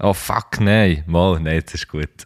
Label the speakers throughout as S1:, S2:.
S1: Oh fuck, nein. Mal, nein, das ist gut.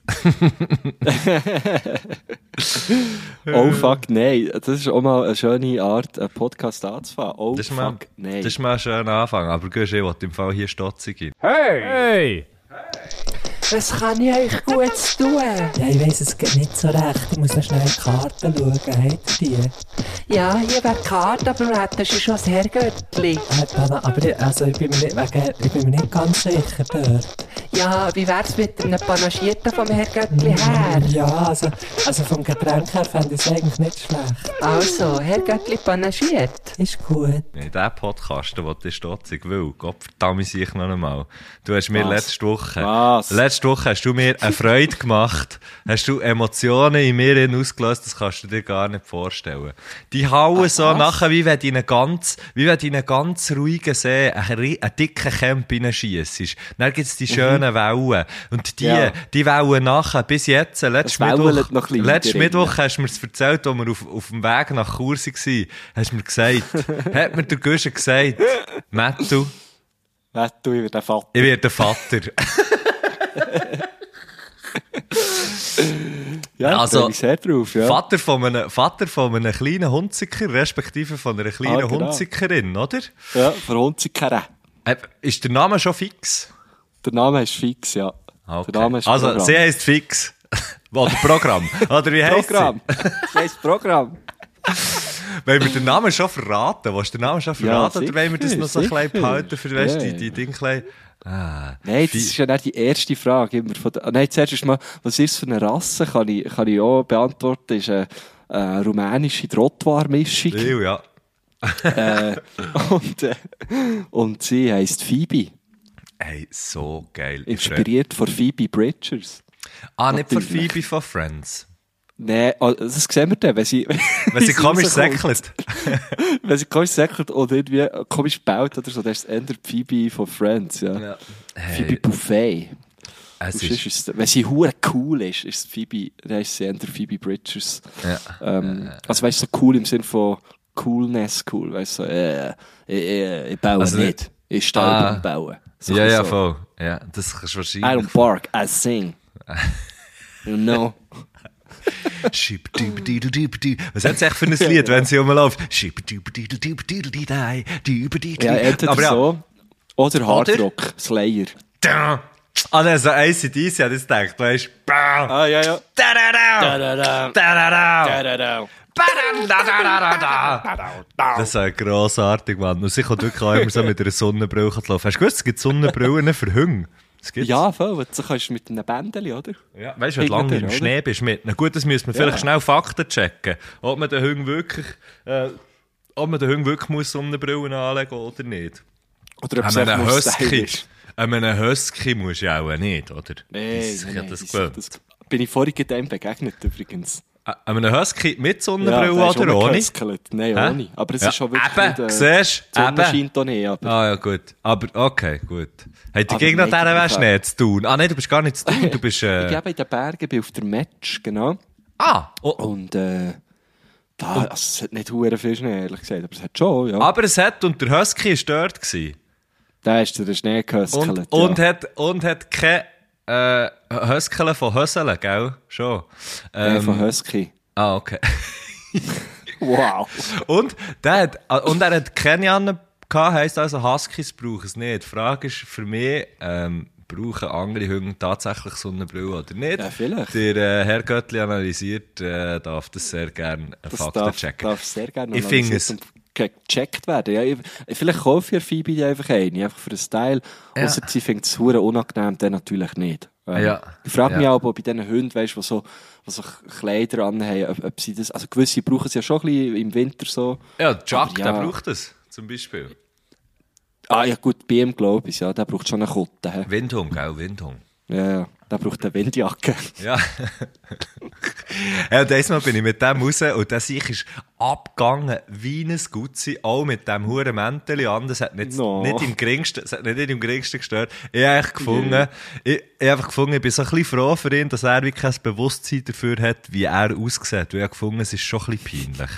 S2: Oh fuck, nein. Das ist auch mal eine schöne Art, einen Podcast anzufangen. Oh
S1: Das ist
S2: fuck, nein.
S1: Das ist mal ein schöner Anfang, aber gut, ich will im Fall hier stotzig gehen.
S3: Hey!
S4: Was kann ich euch Gutes tun?
S5: Ja, ich weiss es geht nicht so recht. Ich muss noch schnell in die Karten schauen. Habt ihr die?
S4: Ja, hier wäre die Karte, aber du hättest schon das Herrgöttli.
S5: Aber ich bin mir nicht ganz sicher dort.
S4: Ja, wie wär's mit einem Panagierten vom Herrgöttli her?
S5: Ja, also vom Getränk her fände ich es eigentlich nicht schlecht.
S4: Also, Herrgöttli panagiert.
S5: Ist gut.
S1: In diesem Podcast, wo du stotzig will, Gott verdammt sich noch einmal. Du hast mir letzte Woche hast du mir eine Freude gemacht, hast du Emotionen in mir ausgelöst, das kannst du dir gar nicht vorstellen. Die hauen so nachher, wie wenn du in einen ganz ruhigen See einen dicken Camp hineinschiessest. Dann gibt es die schönen Wellen. Und die Wellen nachher, bis jetzt, letzten Mittwoch hast du mir das erzählt, als wir auf dem Weg nach Chur waren, hast du mir gesagt, hat mir der Guschen gesagt, Mattu,
S2: Ich werde der Vater.
S1: Ich werde der Vater.
S2: Ja,
S1: also,
S2: bin ich sehr drauf, ja.
S1: Vater von einem kleinen Hunziker, respektive von einer kleinen Hunzikerin, oder?
S2: Ja, von Hunzikerin.
S1: Ist der Name schon fix?
S2: Der Name ist fix, ja.
S1: Okay.
S2: Der Name ist
S1: also,
S2: Programm.
S1: sie heisst fix. Oder Programm. Oder wie heisst
S2: Programm. Sie heisst Programm.
S1: Wollen wir den Namen schon verraten? Willst du den Namen schon verraten?
S2: Ja,
S1: oder wollen wir das noch so ein bisschen behalten für, weißt,
S2: Ja,
S1: die Dinge?
S2: Nein, das ist ja nicht die erste Frage. Immer nein, zuerst ist mal, was ist es für eine Rasse? Kann ich auch beantworten. Ist eine rumänische Trottoir-Mischung.
S1: Ja.
S2: Und sie heisst Phoebe.
S1: Hey, so geil.
S2: Inspiriert von Phoebe Bridgers.
S1: Nicht von Phoebe von Friends.
S2: Nein, das sehen wir dann, wenn sie
S1: komisch säckelt.
S2: Wenn sie komisch säckelt oder irgendwie komisch baut oder so, das ist eher Phoebe von Friends, ja. Hey. Phoebe Buffet. Wenn sie hure cool ist es Phoebe, dann ist sie eher Phoebe Bridgers. Ja. Also weißt du, so cool im Sinn von Coolness, cool, weißt du, ich baue also nicht. Ich stehe beim Bauen. So
S1: ja, voll. Ja, das kannst du wahrscheinlich.
S2: I don't bark, I sing. You know.
S1: Was hat es echt für ein Lied, wenn sie rumläuft?
S2: Ja, entweder so. Oder Hardrock, Slayer.
S1: Also ACDC hat jetzt gedacht, weißt du?
S2: Ja.
S1: Das ist grossartig, Mann. Und sie kommt wirklich auch immer so mit einer Sonnenbrille laufen. Hast du gewusst, es gibt Sonnenbrillen für Hunde?
S2: Ja, voll. Du kannst mit einem Bändeli, oder?
S1: Ja, weißt du, wenn du lange im Schnee bist mit. Na gut, das müssen wir vielleicht schnell Fakten checken. Ob man den Hund wirklich, muss Sonnenbrillen anlegen oder nicht.
S2: Oder ob es
S1: einem Husky musst du auch nicht, oder?
S2: Das bin ich vorhin dem begegnet, übrigens.
S1: Einem Husky mit Sonnenbrille oder ohne?
S2: Nein, ohne. Aber es ist schon wirklich
S1: nicht... Siehst
S2: du? Die Sonne scheint auch nicht. Aber...
S1: ja, gut. Aber okay, gut. Hat die Gegner dieser Wäsche nicht zu tun? Nein, du bist gar nicht zu tun. Du bist,
S2: ich bin in den Bergen, bin auf der Match, genau. Und also, es hat nicht hure viel Schnee, ehrlich gesagt, aber es hat schon, ja.
S1: Aber es hat, und der Husky war dort.
S2: Da ist der Schnee gehöskelt,
S1: und hat kein Höskeln von Höseln, gell? Schon.
S2: Von Husky.
S1: Okay.
S2: Wow.
S1: Und er hat keine anderen gehabt, heisst also, Huskies brauchen es nicht. Die Frage ist für mich, brauchen andere Hunde tatsächlich Sonnenbrille oder nicht?
S2: Ja, vielleicht.
S1: Der Herr Göttli analysiert, darf das sehr gerne Fakten checken.
S2: Darf sehr gerne
S1: ich finde es
S2: gecheckt werden. Ja, vielleicht kaufe ich Phoebe einfach eine, einfach für den Style. Ja. Ausser sie findet es hure unangenehm, dann natürlich nicht. Ich frage mich auch, ob bei diesen Hunden, weißt, die so Kleider anhaben, ob sie das, also gewisse brauchen es ja schon ein bisschen im Winter so.
S1: Ja, Jack, der braucht das, zum Beispiel.
S2: Ja gut, bei ihm glaube ich, ja, der braucht schon eine Kutte.
S1: Windhung, gell, Windhung.
S2: Ja, der braucht eine Windjacke.
S1: Ja. Ja, dieses Mal bin ich mit dem raus und der Sieg ist abgegangen wie ein Gutzi, auch mit dem huren Mäntel an. Das hat nicht im geringsten gestört. Ich habe einfach gefunden, ich bin so ein bisschen froh für ihn, dass er wirklich kein Bewusstsein dafür hat, wie er aussieht. Weil ich habe gefunden, es ist schon ein bisschen peinlich.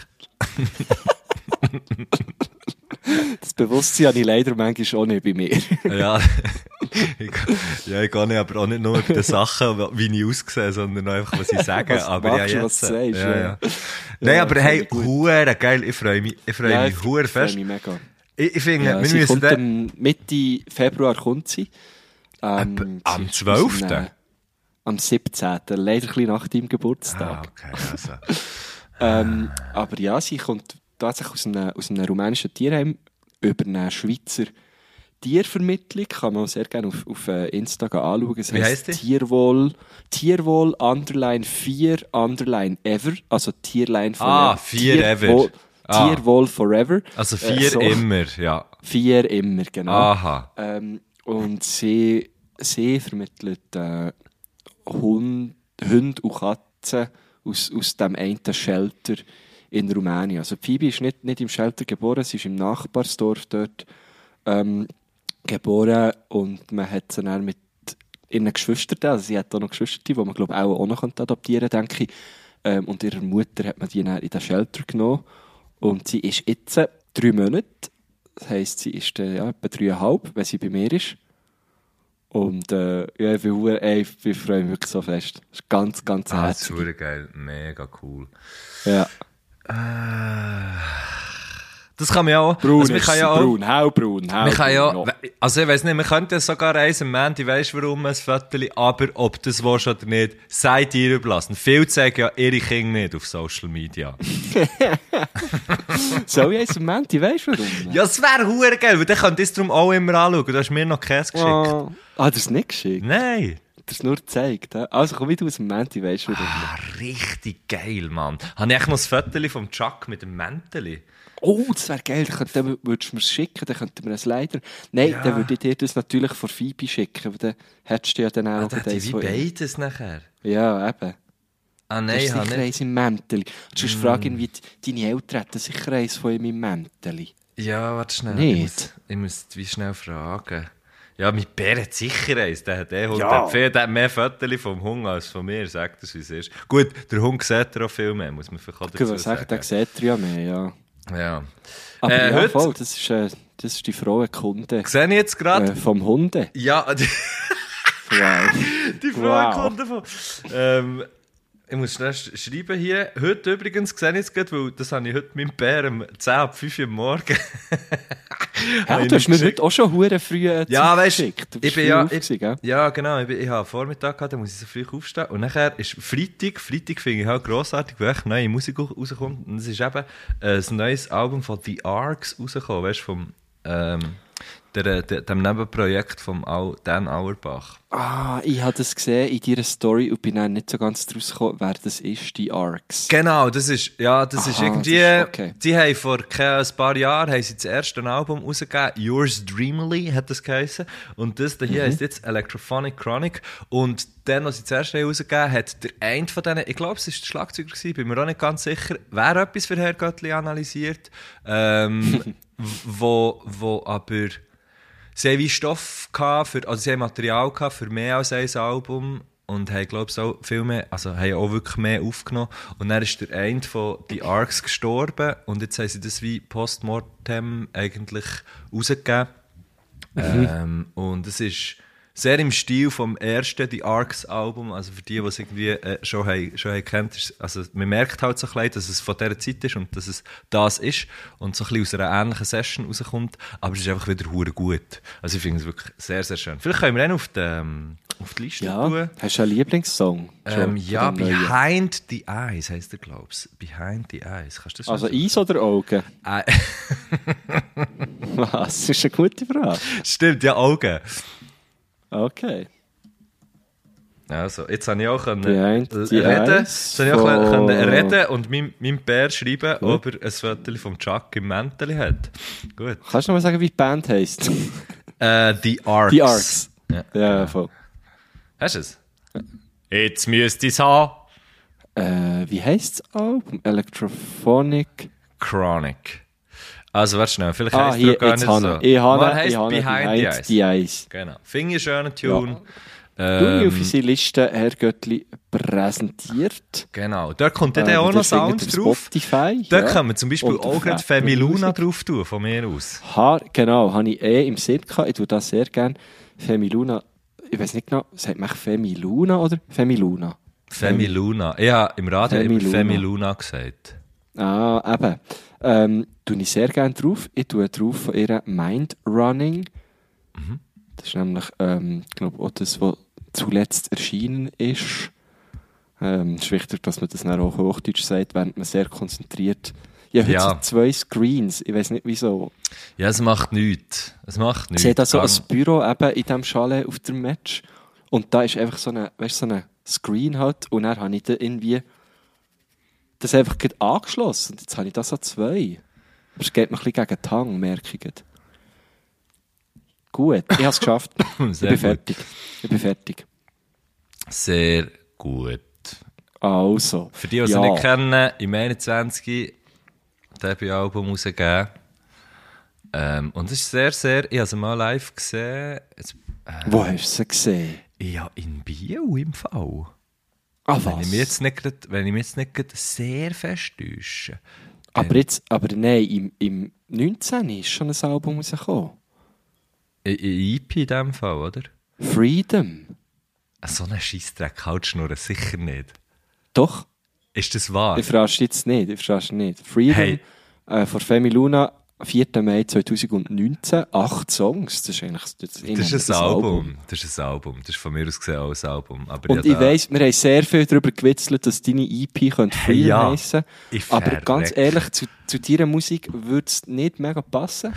S2: Das Bewusstsein habe ich leider manchmal auch nicht bei mir.
S1: Ja. Ich gehe nicht, aber auch nicht nur über die Sachen, wie ich aussehe, sondern einfach, was ich sage. Aber ja, jetzt.
S2: Was du sagst,
S1: ja. Nein, aber hey, hure geil, ich freue mich hure fest.
S2: Ich freue mich mega.
S1: Ich finde,
S2: ja,
S1: wir müssen
S2: dann... Mitte Februar kommt sie.
S1: Am 12.?
S2: Am 17. Leider ein bisschen nach deinem Geburtstag.
S1: Okay, also.
S2: Aber ja, sie kommt tatsächlich aus einem rumänischen Tierheim über eine Schweizer Tiervermittlung. Kann man sehr gerne auf Insta anschauen. Es heisst Tierwohl _4 _ever. Also Tierlein Forever.
S1: 4 ever.
S2: Tierwohl Forever.
S1: Also 4 immer, ja.
S2: 4 immer, genau.
S1: Aha.
S2: Und sie vermittelt Hunde und Katzen aus dem einen Shelter in Rumänien. Also Phoebe ist nicht im Shelter geboren, sie ist im Nachbarsdorf dort geboren und man hat sie dann mit ihren Geschwistern, also sie hat auch noch Geschwister, die man glaube auch noch adoptieren könnte, denke ich. Und ihrer Mutter hat man die dann in den Shelter genommen. Und sie ist jetzt 3 Monate. Das heisst, sie ist etwa 3,5, wenn sie bei mir ist. Und ich freue mich wirklich so fest. Das ist ganz, ganz herzlich.
S1: Das ist super geil. Mega cool.
S2: Ja.
S1: Das kann man ja auch.
S2: Braun
S1: also,
S2: braun, hellbraun.
S1: Also ich weiss nicht, man könnte ja sogar reisen, Mandy, weisst du warum, ein Viertel, aber ob das willst oder nicht, sei dir überlassen. Viele zeigen ja ihre Kinder nicht auf Social Media.
S2: Soll ich ein Mandy, weisst du warum?
S1: Ja, es wäre verdammt geil, weil dann könnt ihr es darum auch immer anschauen. Du hast mir noch Käse geschickt.
S2: Oh. Ah, das ist nicht geschickt?
S1: Nein.
S2: Das ist nur gezeigt. Also komm wieder aus dem Mäntel, weißt du warum?
S1: Richtig geil, Mann. Habe ich echt noch das Viertel vom Chuck mit dem Mäntel?
S2: Oh, das wäre geil. Dann würdest du mir es schicken, dann könnten wir es leider. Nein, dann würde ich dir das natürlich von Phoebe schicken, dann hättest du ja dann auch
S1: noch wie beides nachher?
S2: Ja, eben.
S1: Ah nein,
S2: ich habe nicht. Eins im Mäntel. Sonst frage ich, wie deine Eltern hätten sicher eins von ihm im Mäntel.
S1: Ja, warte schnell.
S2: Nicht?
S1: Ich muss wie schnell fragen. Ja, mein Bär hat sicher eins. Der hat Hund. Der hat mehr Fotos vom Hund als von mir. Sagt das, wie es ist. Gut, der Hund sieht er auch viel mehr, muss man vielleicht auch dazu sagen.
S2: Der sieht er ja mehr, ja.
S1: Ja.
S2: Aber ja, voll, das ist die frohe Kunde.
S1: Sehe ich jetzt gerade?
S2: Vom Hunde.
S1: Ja.
S2: Wow.
S1: Die frohe Kunde von... ich muss schnell schreiben hier. Heute übrigens, sehe ich es gerade, weil das habe ich heute meinem Bär um 10 ab 5 Uhr morgens.
S2: Ja, du hast mir heute auch schon verdammt früh
S1: geschickt.
S2: Ich bin
S1: ja, genau. Ich habe Vormittag gehabt, da muss ich so früh aufstehen. Und nachher ist Freitag finde ich halt grossartig, weil echt neue Musik rauskommt. Und es ist eben ein neues Album von The Arcs rausgekommen, weißt du, vom dem Nebenprojekt von Dan Auerbach.
S2: Ah, ich habe das gesehen in deiner Story und bin dann nicht so ganz draus gekommen, wer das ist, die Arcs.
S1: Genau, das ist irgendwie...
S2: Okay.
S1: Die haben vor ein paar Jahren haben sie das erste Album rausgegeben, Yours Dreamily hat das geheißen. Und das hier heisst jetzt Electrophonic Chronic. Und dann, als sie das erste rausgegeben hat der eine von denen, ich glaube, es war der Schlagzeuger gewesen, bin mir auch nicht ganz sicher, wer etwas für Herr Göttli analysiert, wo aber... Sie haben wie Stoff gehabt sie haben Material gehabt für mehr als ein Album und haben, glaube ich, auch viel mehr, also haben auch wirklich mehr aufgenommen. Und dann ist der eine von The Arcs gestorben und jetzt haben sie das wie Postmortem eigentlich rausgegeben. Und es ist sehr im Stil vom ersten The Arcs Album, also für die es irgendwie schon kennt, also man merkt halt so ein bisschen, dass es von dieser Zeit ist und dass es das ist und so ein bisschen aus einer ähnlichen Session rauskommt, aber es ist einfach wieder hure gut. Also ich finde es wirklich sehr, sehr schön. Vielleicht können wir dann auf die Liste tun.
S2: Hast du einen Lieblingssong?
S1: Ja, Behind the Eyes heisst der, glaube ich. Behind the Eyes. Kannst du das
S2: also Eis oder Augen? Was? Das ist eine gute Frage.
S1: Stimmt, ja, Augen.
S2: Okay.
S1: Also, jetzt habe ich auch reden und meinem Bär schreiben, ob er ein Foto vom Chuck im Mäntel hat. Gut.
S2: Kannst du noch mal sagen, wie die Band heisst?
S1: The Arcs.
S2: The Arcs. Ja, voll.
S1: Hast du es? Jetzt müsste ich es haben.
S2: Wie heisst das Album? Electrophonic
S1: Chronic. Also, warte schnell, vielleicht heisst es gar nicht so.
S2: Ich habe
S1: Behind the Eyes. Genau. Finde ich einen schönen Tune.
S2: Du auf unsere Liste, Herr Göttli, präsentiert.
S1: Genau. Dort kommt dann auch noch Sound drauf.
S2: Spotify.
S1: Dort kann man zum Beispiel auch gerade Femiluna drauf tun, von mir aus.
S2: Genau, habe ich im Sinn gehabt. Ich tue das sehr gerne. Femiluna, ich weiß nicht genau, sagt man Femiluna oder Femiluna?
S1: Femiluna. Ja, im Radio immer Femiluna gesagt.
S2: Eben. Tue ich sehr gerne drauf. Ich tue drauf von ihr Mind Running. Mhm. Das ist nämlich, ich glaube, auch das, was zuletzt erschienen ist. Es ist wichtig, dass man das dann auch Hochdeutsch sagt, während man sehr konzentriert. Ja, heute sind 2 Screens. Ich weiß nicht wieso.
S1: Ja, es macht nichts. Ich
S2: sehe da so ein Büro eben in diesem Chalet auf dem Match. Und da ist einfach so eine Screen halt. Und dann habe ich da irgendwie das einfach angeschlossen. Und jetzt habe ich das an 2. Aber es geht mir ein bisschen gegen den Hang, merke ich. Gut, ich habe es geschafft. Ich bin fertig.
S1: Sehr gut.
S2: Also.
S1: Für die, die es nicht kennen, im 21. Debütalbum rausgegeben. Und es ist sehr, sehr... Ich habe es mal live gesehen.
S2: Wo hast du sie gesehen?
S1: Ja, in Biel im Fall.
S2: Was?
S1: Wenn ich mich jetzt nicht gerade sehr fest täusche.
S2: Aber nein, im 19. ist schon ein Album rausgekommen.
S1: Ein EP in dem Fall, oder?
S2: Freedom.
S1: So einen Scheissdreck haltest du nur sicher nicht.
S2: Doch.
S1: Ist das wahr?
S2: Ich frage jetzt nicht. Freedom von Femiluna, 4. Mai 2019, 8 Songs. Das ist eigentlich
S1: das ist ein Album. Das ist ein Album. Das ist von mir aus gesehen auch ein Album. Aber
S2: und ich weiss, wir haben sehr viel darüber gewitzelt, dass deine EP Freedom heissen könnte. Aber ganz ehrlich, zu deiner Musik würde es nicht mega passen.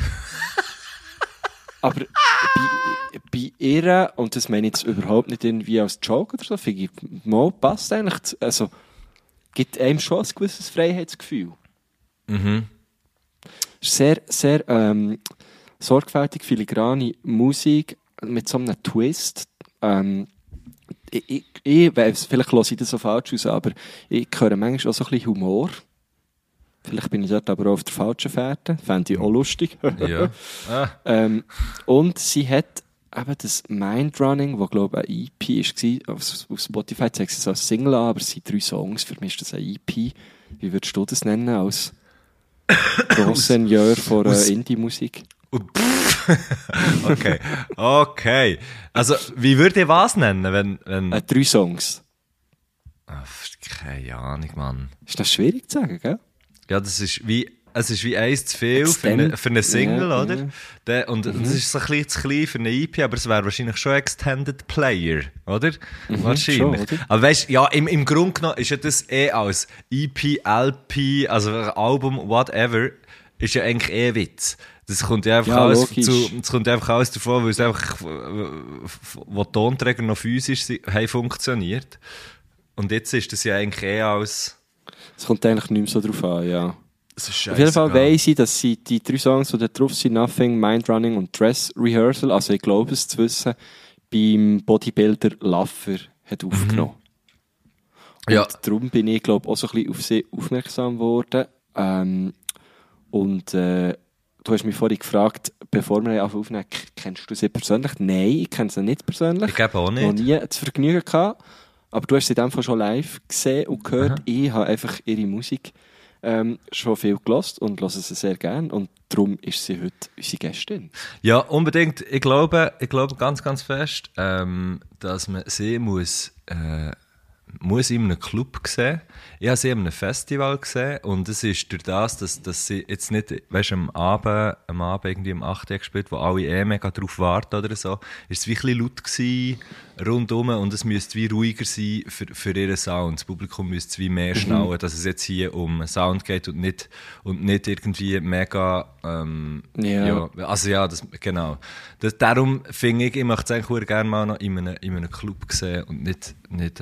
S2: Aber bei ihr, und das meine ich jetzt überhaupt nicht irgendwie als Joke oder so, finde ich, mal passt eigentlich, also gibt einem schon ein gewisses Freiheitsgefühl.
S1: Mhm.
S2: Sehr, sehr sorgfältig filigrane Musik mit so einem Twist. Ich weiss, vielleicht höre ich das so falsch aus, aber ich höre manchmal auch so ein bisschen Humor. Vielleicht bin ich dort aber auch auf der falschen Fährte. Fände ich auch lustig.
S1: Ja.
S2: Und sie hat eben das Mindrunning, das glaube ich ein EP war. Auf Spotify zeigt sie es als Single an, aber es sind 3 Songs. Für mich ist das ein EP. Wie würdest du das nennen als Grosseigneur von Indie-Musik?
S1: Okay. Also, wie würde ich was nennen, wenn...
S2: 3 Songs.
S1: Keine Ahnung, Mann.
S2: Ist das schwierig zu sagen, gell?
S1: Ja, es ist wie eins zu viel für eine Single,
S2: ja,
S1: oder? Und das ist so ein bisschen zu klein für eine EP, aber es wäre wahrscheinlich schon Extended Player, oder? Wahrscheinlich.
S2: Schon, oder?
S1: Aber weißt du, ja, im Grunde genommen ist ja das als EP, LP, also Album, whatever, ist ja eigentlich Witz. Das kommt ja einfach alles davon, weil es einfach, wo die Tonträger noch physisch haben funktioniert. Und jetzt ist das ja eigentlich als...
S2: Es kommt eigentlich nicht mehr so drauf an, ja.
S1: Auf
S2: jeden Fall weiss ich, dass sie die 3 Songs, die da drauf sind, Nothing, Mindrunning und Dress Rehearsal, also ich glaube es zu wissen, beim Bodybuilder Laffer hat aufgenommen. Und darum bin ich, glaube auch so ein bisschen auf sie aufmerksam geworden. Du hast mich vorhin gefragt, bevor wir aufnehmen, kennst du sie persönlich? Nein, ich kenne sie nicht persönlich.
S1: Ich glaube auch nicht.
S2: Noch nie das Vergnügen gehabt. Aber du hast sie in dem Fall schon live gesehen und gehört. Aha. Ich habe einfach ihre Musik schon viel gehört und höre sie sehr gerne. Und darum ist sie heute unsere Gästin.
S1: Ja, unbedingt. Ich glaube ganz, ganz fest, dass man sie muss in einem Club sehen. Ich habe sie in einem Festival gesehen und es ist durch das, dass sie jetzt nicht, weißt du, am Abend irgendwie um 8 Uhr gespielt, wo alle mega drauf warten oder so, ist es wie ein bisschen laut gewesen, rundum, und es müsste wie ruhiger sein für ihren Sound. Das Publikum müsste wie mehr schnallen, dass es jetzt hier um Sound geht und nicht irgendwie mega, genau. Darum finde ich möchte es eigentlich gerne mal noch in einem Club sehen und nicht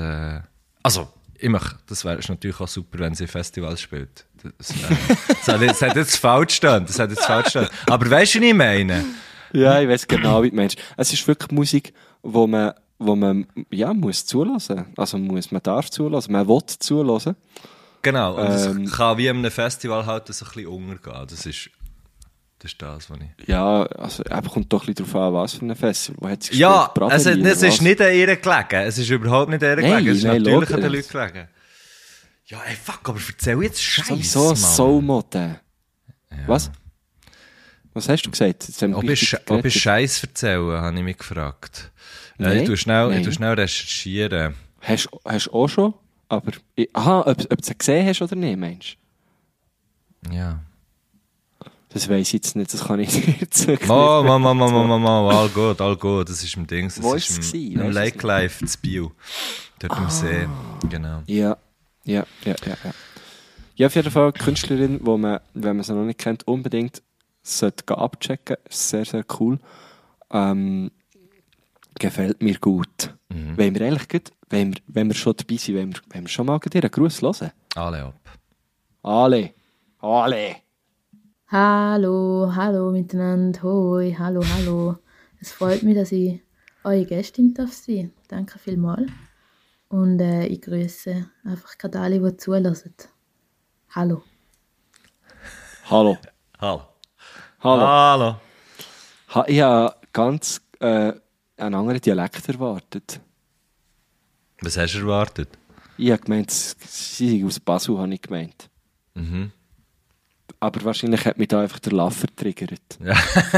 S1: das wäre natürlich auch super, wenn sie Festivals spielt. Das hat jetzt falsch gestanden. Aber weißt du, was ich meine?
S2: Ja, ich weiss genau, wie du meinst. Es ist wirklich Musik, wo man muss zulassen. Also man darf zulassen, man will zulassen.
S1: Genau, und es kann wie an einem Festival halt so ein bisschen untergehen. Das Das ist das, was ich...
S2: Ja, also eben kommt doch ein bisschen darauf an, was für ein Festival. Wo hat sie
S1: ja, es ist nicht an ihr gelegen. Es ist überhaupt nicht an ihr gelegen. Es ist natürlich an den Leuten gelegen. Ja, ey, fuck, aber erzähl jetzt Scheiße,
S2: sowieso Soul-Mode. Ja. Was? Was hast du gesagt?
S1: Ob ich Scheiß erzählen, habe ich mich gefragt. Ich tue schnell recherchieren.
S2: Hast du auch schon? Aber, ob du sie gesehen hast oder nicht, meinst
S1: du? Ja.
S2: Das weiss ich jetzt nicht, das kann ich nicht sagen.
S1: All gut, das ist im Ding. Das
S2: wo
S1: ist im Lake Life zu Biel. Dort im See, genau.
S2: Ja. Ja, auf jeden Fall Künstlerin, wo man, wenn man sie noch nicht kennt, unbedingt sollte abchecken. Sehr, sehr cool. Gefällt mir gut. Wenn wir eigentlich gut, wenn wir schon dabei sind, wenn wir schon mal dir einen Gruß hören.
S1: Alle ab.
S2: Alle.
S3: Hallo miteinander. Hoi, hallo. Es freut mich, dass ich eure Gästin darf sein. Danke vielmals. Und ich grüße einfach gerade alle, die zuhören. Hallo.
S2: Ich habe ganz einen anderen Dialekt erwartet.
S1: Was hast du erwartet?
S2: Ich habe gemeint, sie sind aus Basel, habe ich gemeint.
S1: Mhm.
S2: Aber wahrscheinlich hat mich da einfach der Laffer getriggert.
S1: Ja,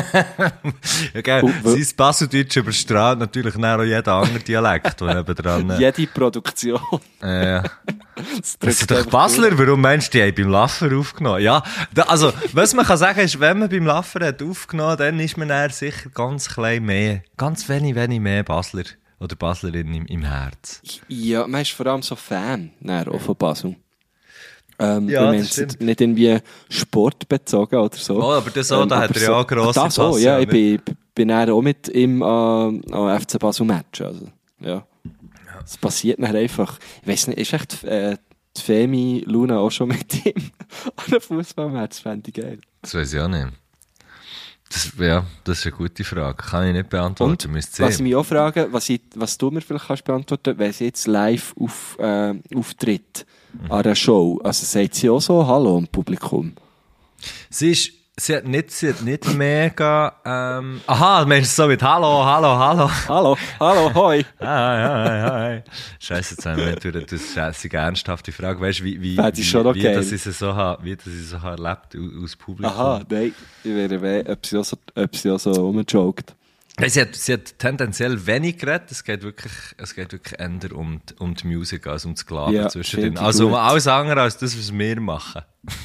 S1: okay. Sein Baseldeutsch überstrahlt natürlich auch jeden anderen Dialekt, der nebendran...
S2: Jede Produktion.
S1: Ja. Das sind doch Basler, warum meinst du, die haben beim Laffer aufgenommen? Ja, also, was man kann sagen ist, wenn man beim Laffer hat aufgenommen, dann ist man dann sicher ganz wenig mehr Basler oder Baslerin im Herz.
S2: Ja, man ist vor allem so Fan auch von Basel.
S1: Ja, das stimmt.
S2: Nicht irgendwie sportbezogen oder so.
S1: Oh, aber da hat er ja auch grosse Passion.
S2: Ja, ich bin auch mit ihm an FC Basel Match. Also, ja. Es passiert dann einfach. Ich weiss nicht, ist echt die Femi Luna auch schon mit ihm an einem Fußballmatch? Fände ich geil.
S1: Das weiss ich auch nicht. Das ist eine gute Frage. Kann ich nicht beantworten.
S2: Und was ich mich auch frage, was du mir vielleicht kannst beantworten, wenn sie jetzt live auftritt an einer Show, also sagt sie auch so Hallo im Publikum?
S1: Sie hat nicht mega, meinst du so mit Hallo.
S2: Hallo, hoi.
S1: Hi. Scheisse, jetzt haben wir nicht durch das scheissige, ernsthafte Frage. Weißt du, wie dass ich sie so erlebt aus Publikum?
S2: Aha, nein. Ich wäre ob sie auch so rumjoked.
S1: Sie hat tendenziell wenig geredet. Es geht wirklich eher um die Musik als um das Gelaber zwischendrin. Also um alles andere als das, was wir machen.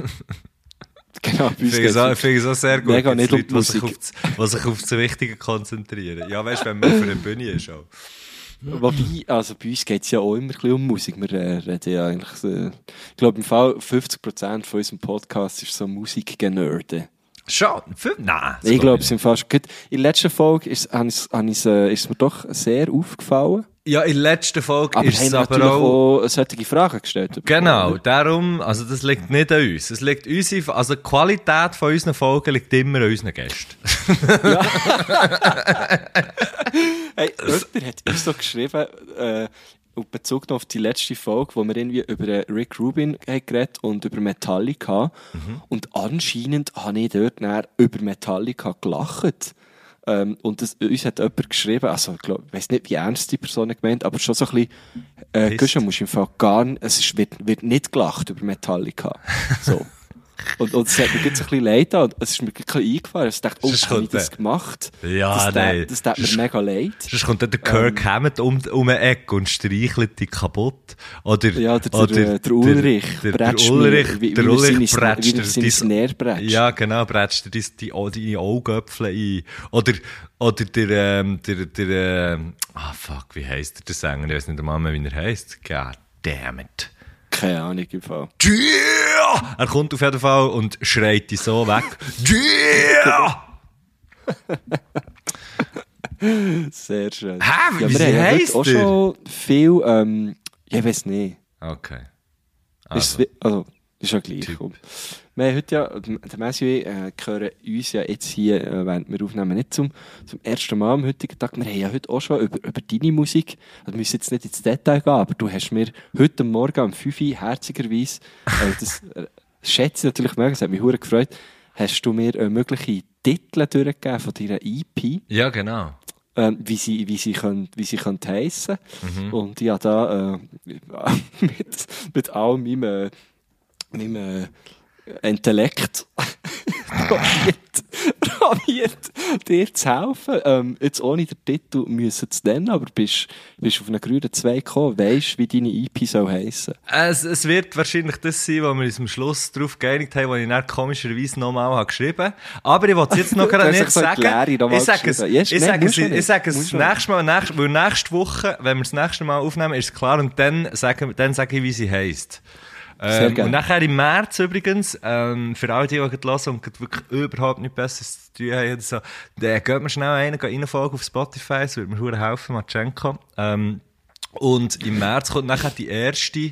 S2: Genau,
S1: finde ich so sehr gut.
S2: Mega nicht
S1: Leute, die sich auf das Wichtige konzentrieren. Ja, weißt du, wenn man auf einer Bühne ist auch.
S2: Wobei, also bei uns geht es ja auch immer ein bisschen um Musik. Wir reden ja eigentlich, ich glaube im Fall 50% von unserem Podcast ist so Musikgenörde.
S1: Schon? Nein.
S2: Ich glaube, es sind fast gut. In der letzten Folge ist mir doch sehr aufgefallen.
S1: Ja, in der letzten Folge ist es aber
S2: auch solche Fragen gestellt.
S1: Genau, darum, also das liegt nicht an uns. Es liegt also die Qualität von unseren Folgen liegt immer an unseren Gästen.
S2: Ja. Hey, jemand hat uns so geschrieben, und bezogen auf die letzte Folge, wo wir irgendwie über Rick Rubin geredet und über Metallica. Und anscheinend habe ich dort über Metallica gelacht. Und uns hat jemand geschrieben, also ich weiss nicht, wie ernst die Person gemeint, aber schon so ein bisschen, musst im Fall wird nicht gelacht über Metallica. So. Und es hat mir jetzt ein bisschen leid an. Es ist mir ein bisschen eingefahren. Ich dachte, habe ich das gemacht?
S1: Ja, nein.
S2: Das tut mir mega leid.
S1: Sonst kommt dann der Kirk Hammett um eine Ecke und streichelt die kaputt. Oder
S2: der Ulrich.
S1: Der Ulrich
S2: bretscht dir Snare bretscht.
S1: Ja, genau, bretscht dir die Augäpfel ein. Oder fuck, wie heisst der Sänger? Ich weiss nicht einmal mehr, wie er heisst. God damn it.
S2: Keine Ahnung im Fall.
S1: Yeah! Er kommt auf jeden Fall und schreit die so weg. Yeah!
S2: Sehr schön.
S1: Hä? Wie heisst
S2: der? Auch schon viel, ich weiß nicht.
S1: Okay.
S2: Also ist ja gleich. Wir haben heute ja, der Messi hören uns ja jetzt hier, während wir aufnehmen, nicht zum ersten Mal am heutigen Tag. Wir haben ja heute auch schon über deine Musik, wir müssen jetzt nicht ins Detail gehen, aber du hast mir heute Morgen um 5 Uhr herzigerweise, das schätze ich natürlich mega, das hat mich verdammt gefreut, hast du mir eine mögliche Titel durchgegeben von deiner EP.
S1: Ja, genau.
S2: Wie sie heissen. Und ich habe da mit all meinem Intellekt probiert, dir zu helfen. Jetzt ohne den Titel müssen zu nennen, aber bist auf einen grünen Zweig gekommen, weisst, wie deine EP soll heissen.
S1: Es wird wahrscheinlich das sein, wo wir uns am Schluss darauf geeinigt haben, was ich dann komischerweise nochmal geschrieben habe. Aber ich wollte es jetzt noch gerade nicht sagen. Ich sage es nächstes Mal, weil nächste Woche, wenn wir das nächste Mal aufnehmen, ist es klar und dann sage ich, wie sie heisst. Und nachher im März übrigens, für alle, die hören und wirklich überhaupt nichts Besseres zu tun haben, so, dann geht mir schnell reinfolgen auf Spotify, das würde mir sehr helfen, Matschenko. Und im März kommt nachher die erste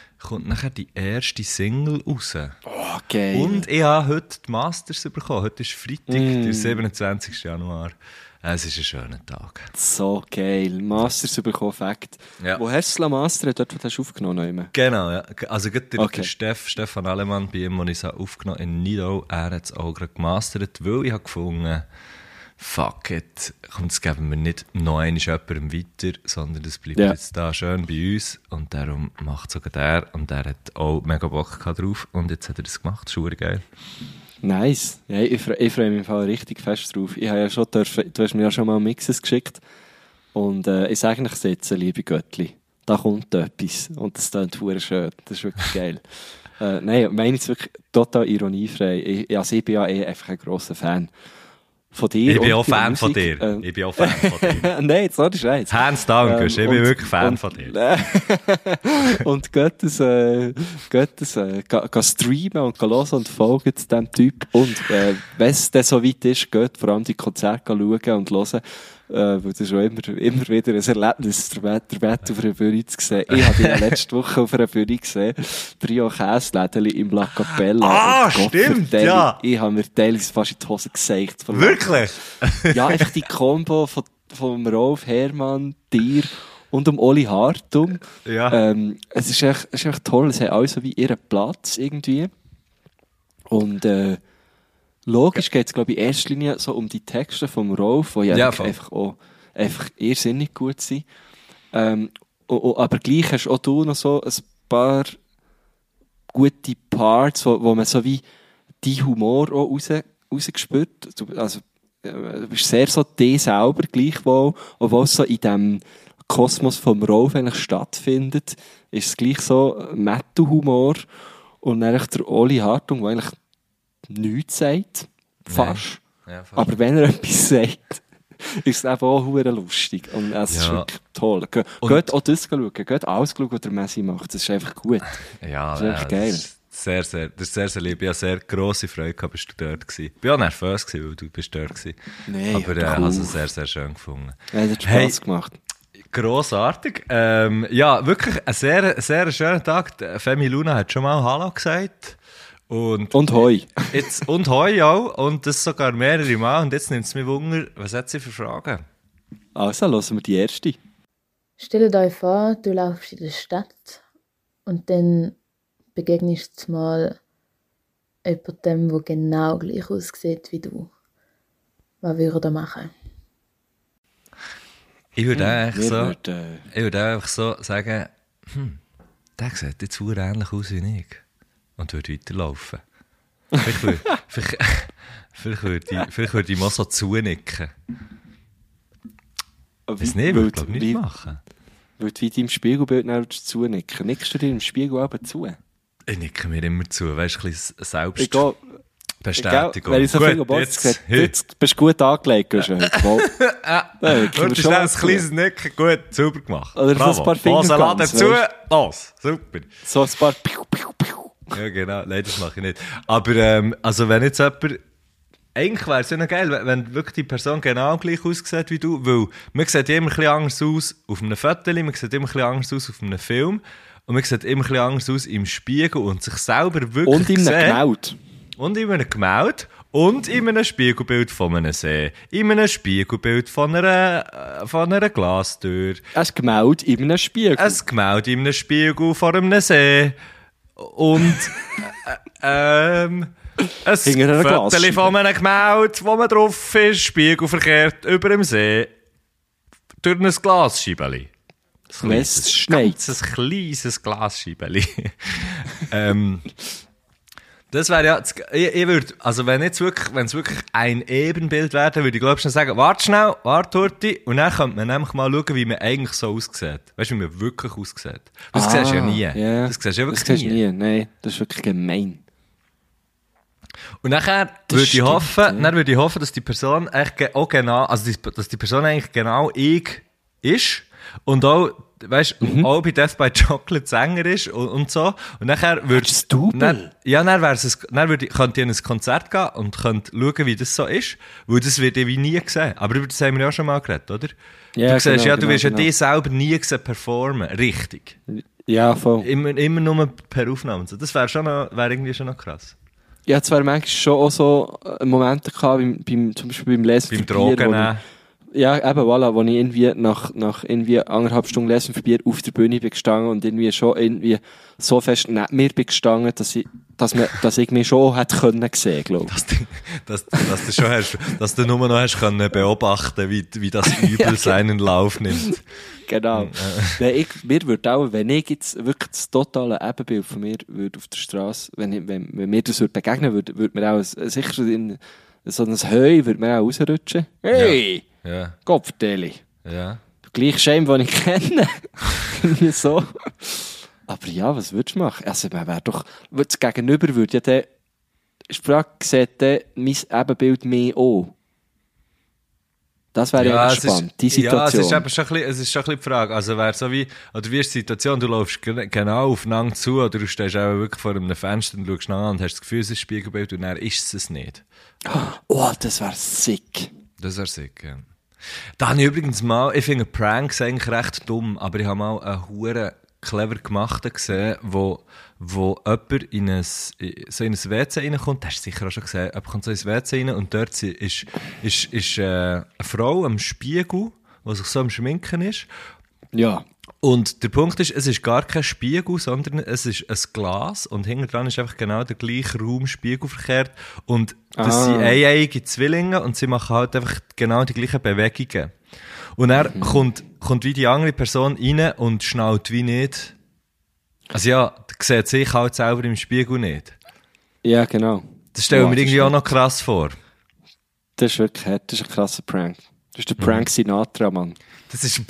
S1: Single raus.
S2: Oh, geil.
S1: Und ich habe heute die Masters bekommen. Heute ist Freitag, der 27. Januar. Es ist ein schöner Tag.
S2: So geil. Masters bekommen, Fakt. Ja. Wo hast du das Master? Dort, wo du hast aufgenommen hast?
S1: Genau, ja. Also der Stefan Alemann, bei ihm, den ich es aufgenommen habe, in Nidau, er hat es auch gerade gemastert, weil ich habe gefunden, fuck it, das geben wir nicht noch einmal jemandem weiter, sondern das bleibt jetzt da schön bei uns und darum macht sogar der und der hat auch mega Bock drauf und jetzt hat er das gemacht, das ist geil.
S2: Nice. Ja, ich freue mich im Fall richtig fest drauf. Ich habe ja schon du hast mir ja schon mal Mixes geschickt und ich sage euch jetzt, liebe Göttli, da kommt etwas und das klingt verdammt schön, das ist wirklich geil. Nein, ich meine jetzt wirklich total ironiefrei. Ich bin ja einfach ein grosser Fan von dir.
S1: Ich bin auch Fan von dir.
S2: Nein, jetzt nicht Scheiß.
S1: Hands down, ich bin wirklich Fan von dir.
S2: Und geht es streamen und hören und folgen zu diesem Typ. Und wenn es dann so weit ist, geht vor allem die Konzerte schauen und hören. Weil das ist auch immer wieder ein Erlebnis, der Bett auf einer Bühne zu sehen. Ich habe ihn letzte Woche auf einer Bühne gesehen. Brio Käslädeli im La Capella.
S1: Stimmt, ja.
S2: Ich habe mir teilweise fast in die Hose gezeigt.
S1: Wirklich?
S2: Ja, einfach die Kombo von Rolf Herrmann, dir und Oli Hartung.
S1: Ja.
S2: Es ist echt toll. Es hat alles so wie ihren Platz irgendwie. Und, logisch geht es, glaube ich, in erster Linie so um die Texte vom Rolf, die einfach irrsinnig gut sind. Aber gleich hast auch du noch so ein paar gute Parts, wo man so wie die Humor auch rausgespürt. Also, du bist sehr so dich selber gleichwohl, obwohl es so in dem Kosmos vom Rolf eigentlich stattfindet, ist es gleich so Metal-Humor und dann der Oli Hartung, der eigentlich nichts sagt, fast. Ja, fast. Aber wenn er etwas sagt, ist es eben auch verdammt lustig. Und es ist wirklich toll. Geht auch das schauen, geht alles schauen, was der Messi macht. Das ist einfach gut.
S1: Ja,
S2: das ist einfach geil.
S1: Das ist sehr, sehr lieb. Ich hatte sehr grosse Freude gehabt, bist du dort gewesen. Ich war auch nervös, weil du bist dort gewesen.
S2: Nee,
S1: aber ich habe es sehr, sehr schön gefunden.
S2: Ja, das hat Spass gemacht.
S1: Grossartig. Ja, wirklich ein sehr, sehr schöner Tag. Femi Luna hat schon mal Hallo gesagt. Und
S2: Hoi.
S1: Und Hoi auch. Und das sogar mehrere Mal. Und jetzt nimmt es mich Wunder, was hat sie für Fragen?
S2: Also, hören wir die erste.
S3: Stellt euch vor, du laufst in der Stadt und dann begegnest du mal jemandem, der genau gleich aussieht wie du. Was würdet ihr machen?
S1: Ich würde einfach so sagen, der sieht jetzt sehr ähnlich aus wie ich. Und würde weiterlaufen. Vielleicht würde ich mal so zunicken. Weiß nicht, würde ich glaube nicht machen.
S2: Weil du wie deinem Spiegelbild zunicken. Nickst du dir im Spiegel aber zu?
S1: Ich nicke mir immer zu, weißt du, ein bisschen
S2: Selbstbestätigung. Wenn ich so viel jetzt bist du gut angelegt.
S1: Du hast schnell ein kleines Nicken, gut, sauber gemacht.
S2: Oder so ein paar
S1: Fingerguns. Dazu, los, super.
S2: So ein paar
S1: Ja, genau. Nein, das mache ich nicht. Aber, also, wenn jetzt jemand, eigentlich wäre es ja noch geil, wenn wirklich die Person genau gleich aussieht wie du, weil man sieht immer ein bisschen anders aus auf einem Foto, man sieht immer ein bisschen anders aus auf einem Film und man sieht immer ein bisschen anders aus im Spiegel und sich selber wirklich
S2: und in einem Gemälde.
S1: Und in einem Gemälde und in einem Spiegelbild von einem See, in einem Spiegelbild von einer Glastür.
S2: Ein Gemälde in einem Spiegel.
S1: Ein Gemälde in einem Spiegel vor einem See. Und Ein Foto von einem Gemälde, wo man drauf ist, spiegelverkehrt über dem See, durch ein Glasscheibeli. Ein kleines Glasscheibeli. Das wäre ja, ich würde, also wenn es wirklich ein Ebenbild wäre, dann würde ich glaube ich schon sagen, warte Horti, und dann könnte man nämlich mal schauen, wie man eigentlich so aussieht. Weißt du, wie man wirklich aussieht? Das siehst du ja nie.
S2: Yeah.
S1: Das siehst du ja wirklich
S2: nie. Nein, das ist wirklich gemein.
S1: Und nachher würde ich hoffen, dass die Person eigentlich auch genau, also dass die Person eigentlich genau ich ist und auch, weißt, auch bei Death by Chocolate Sänger ist und so. Und nachher könnte ich in ein Konzert gehen und könnte schauen, wie das so ist, weil das wird ich wie nie gesehen. Aber über das haben wir ja schon mal geredet, oder?
S2: Ja,
S1: du siehst du wirst ja dich selber nie gesehen performen, richtig.
S2: Ja, voll.
S1: Immer nur per Aufnahme. Das wäre irgendwie schon noch krass.
S2: Ja, es wäre manchmal schon auch so Momente gehabt, zum Beispiel beim Lesen
S1: beim Drogen nehmen.
S2: Ja, eben, voilà, wo ich irgendwie nach irgendwie 1,5 Stunden Lesen für Bier auf der Bühne bin gestanden und irgendwie schon irgendwie so fest neben mir bin gestanden, dass ich mich schon hätte können sehen, glaube ich. Dass du nur noch hast können beobachten, wie das Übel seinen Lauf nimmt. Genau. Mir würde auch, wenn ich jetzt wirklich das totale Ebenbild von mir würde auf der Straße, wenn mir das begegnen würde, würde mir auch sicher in so ein Heu würde mir auch rausrutschen. Hey! Ja. Kopfdeli. Ja. Du gleich Schäme, den ich kenne. Irgendwie so. Aber ja, was würdest du machen? Also, man wäre doch, das Gegenüber würde ja dann, Sprache sieht dann mein Ebenbild mehr an. Das wäre ja spannend, die Situation.
S1: Ja, es ist schon ein bisschen die Frage. Also, wäre so wie ist die Situation, du läufst genau aufeinander zu, oder du stehst auch wirklich vor einem Fenster und schaust nach und hast das Gefühl, es ist ein Spiegelbild und dann ist es nicht.
S2: Oh, das wäre sick.
S1: Das wäre sick, ja. Da habe ich übrigens mal, ich finde Pranks eigentlich recht dumm, aber ich habe mal einen hure clever gemachten gesehen, wo jemand in ein WC reinkommt, das hast du sicher auch schon gesehen, jemand kommt so ins WC rein und dort ist eine Frau am Spiegel, die sich so am Schminken ist.
S2: Ja.
S1: Und der Punkt ist, es ist gar kein Spiegel, sondern es ist ein Glas und hinten dran ist einfach genau der gleiche Raum spiegelverkehrt und das sind eineiige Zwillinge und sie machen halt einfach genau die gleichen Bewegungen. Und dann kommt wie die andere Person rein und schnallt wie nicht. Also ja, sieht sich halt selber im Spiegel nicht.
S2: Ja, genau.
S1: Das stelle ich mir irgendwie auch noch krass vor.
S2: Das ist wirklich hart, das ist ein krasser Prank. Das ist der Prank Sinatra, Mann.
S1: Das ist...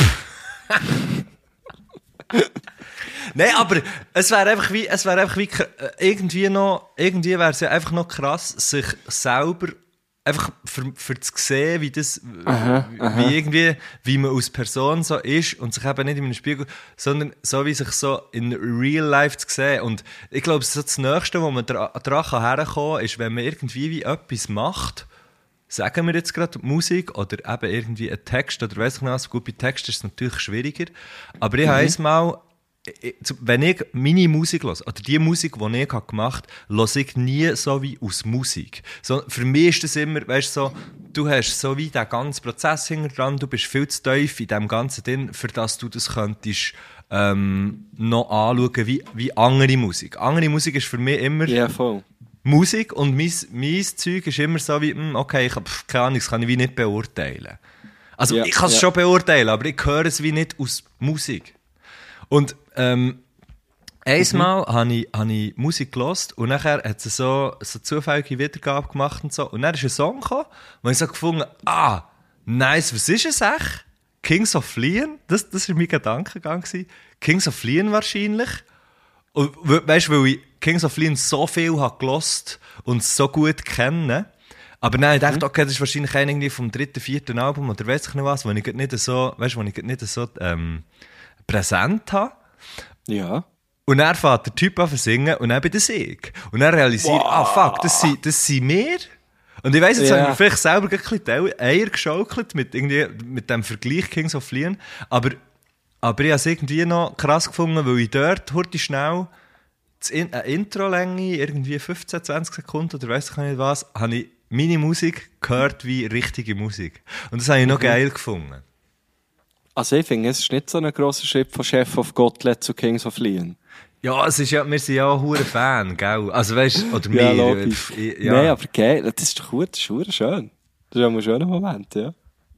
S1: Nein, aber es wäre einfach wie irgendwie wäre es ja einfach noch krass, sich selber einfach für zu sehen, wie das, wie man als Person so ist und sich eben nicht in einem Spiegel, sondern so wie sich so in real life zu sehen. Und ich glaube, so das Nächste, wo man daran herkommen kann, ist, wenn man irgendwie wie etwas macht, sagen wir jetzt gerade Musik oder eben irgendwie ein Text oder weiss ich noch was. Gut, bei Text ist es natürlich schwieriger. Aber ich habe einmal, wenn ich meine Musik höre, oder die Musik, die ich gemacht habe, höre ich nie so wie aus Musik. So, für mich ist das immer, weißt du, so, du hast so wie den ganzen Prozess hinter dran, du bist viel zu tief in dem Ganzen drin, für das du das könntest noch anschauen wie andere Musik. Andere Musik ist für mich immer...
S2: Ja, voll.
S1: Musik und mein Zeug ist immer so wie, okay, ich habe keine Ahnung, das kann ich wie nicht beurteilen. Also ich kann es schon beurteilen, aber ich höre es wie nicht aus Musik. Und einmal habe ich Musik gehört und nachher hat sie so zufällige Wiedergabe gemacht und so. Und dann ist ein Song gekommen, wo ich so gefunden nice, was ist es echt? Kings of Leon? Das war mein Gedankengang. Kings of Leon wahrscheinlich. Und weißt du, weil ich Kings of Leon so viel habe gehört und so gut kenne. Aber dann habe ich gedacht, okay, das ist wahrscheinlich irgendwie vom 3., 4. Album oder weiss ich nicht was, wo ich nicht so präsent habe.
S2: Ja.
S1: Und dann fährt der Typ an zu singen und dann bin das ich. Und dann realisiere ich, fuck, das sind wir. Und ich weiss, jetzt habe ich mir vielleicht selber ein bisschen Eier geschaukelt mit dem Vergleich Kings of Leon. Aber ich habe es irgendwie noch krass gefunden, weil ich dort heute schnell eine Intro-Länge, irgendwie 15, 20 Sekunden oder weiss ich nicht was, habe ich meine Musik gehört wie richtige Musik. Und das habe ich noch geil gefunden.
S2: Also ich finde, es ist nicht so ein grosser Schritt von Chef of Gottlet zu Kings of Leon.
S1: Ja, es ist ja, wir sind ja auch hure Fan, gell? Also weißt du, oder
S2: Ja,
S1: wir.
S2: logisch. Nein, aber geil, das ist doch gut, das ist hure schön. Das ist auch ein schöner Moment, ja.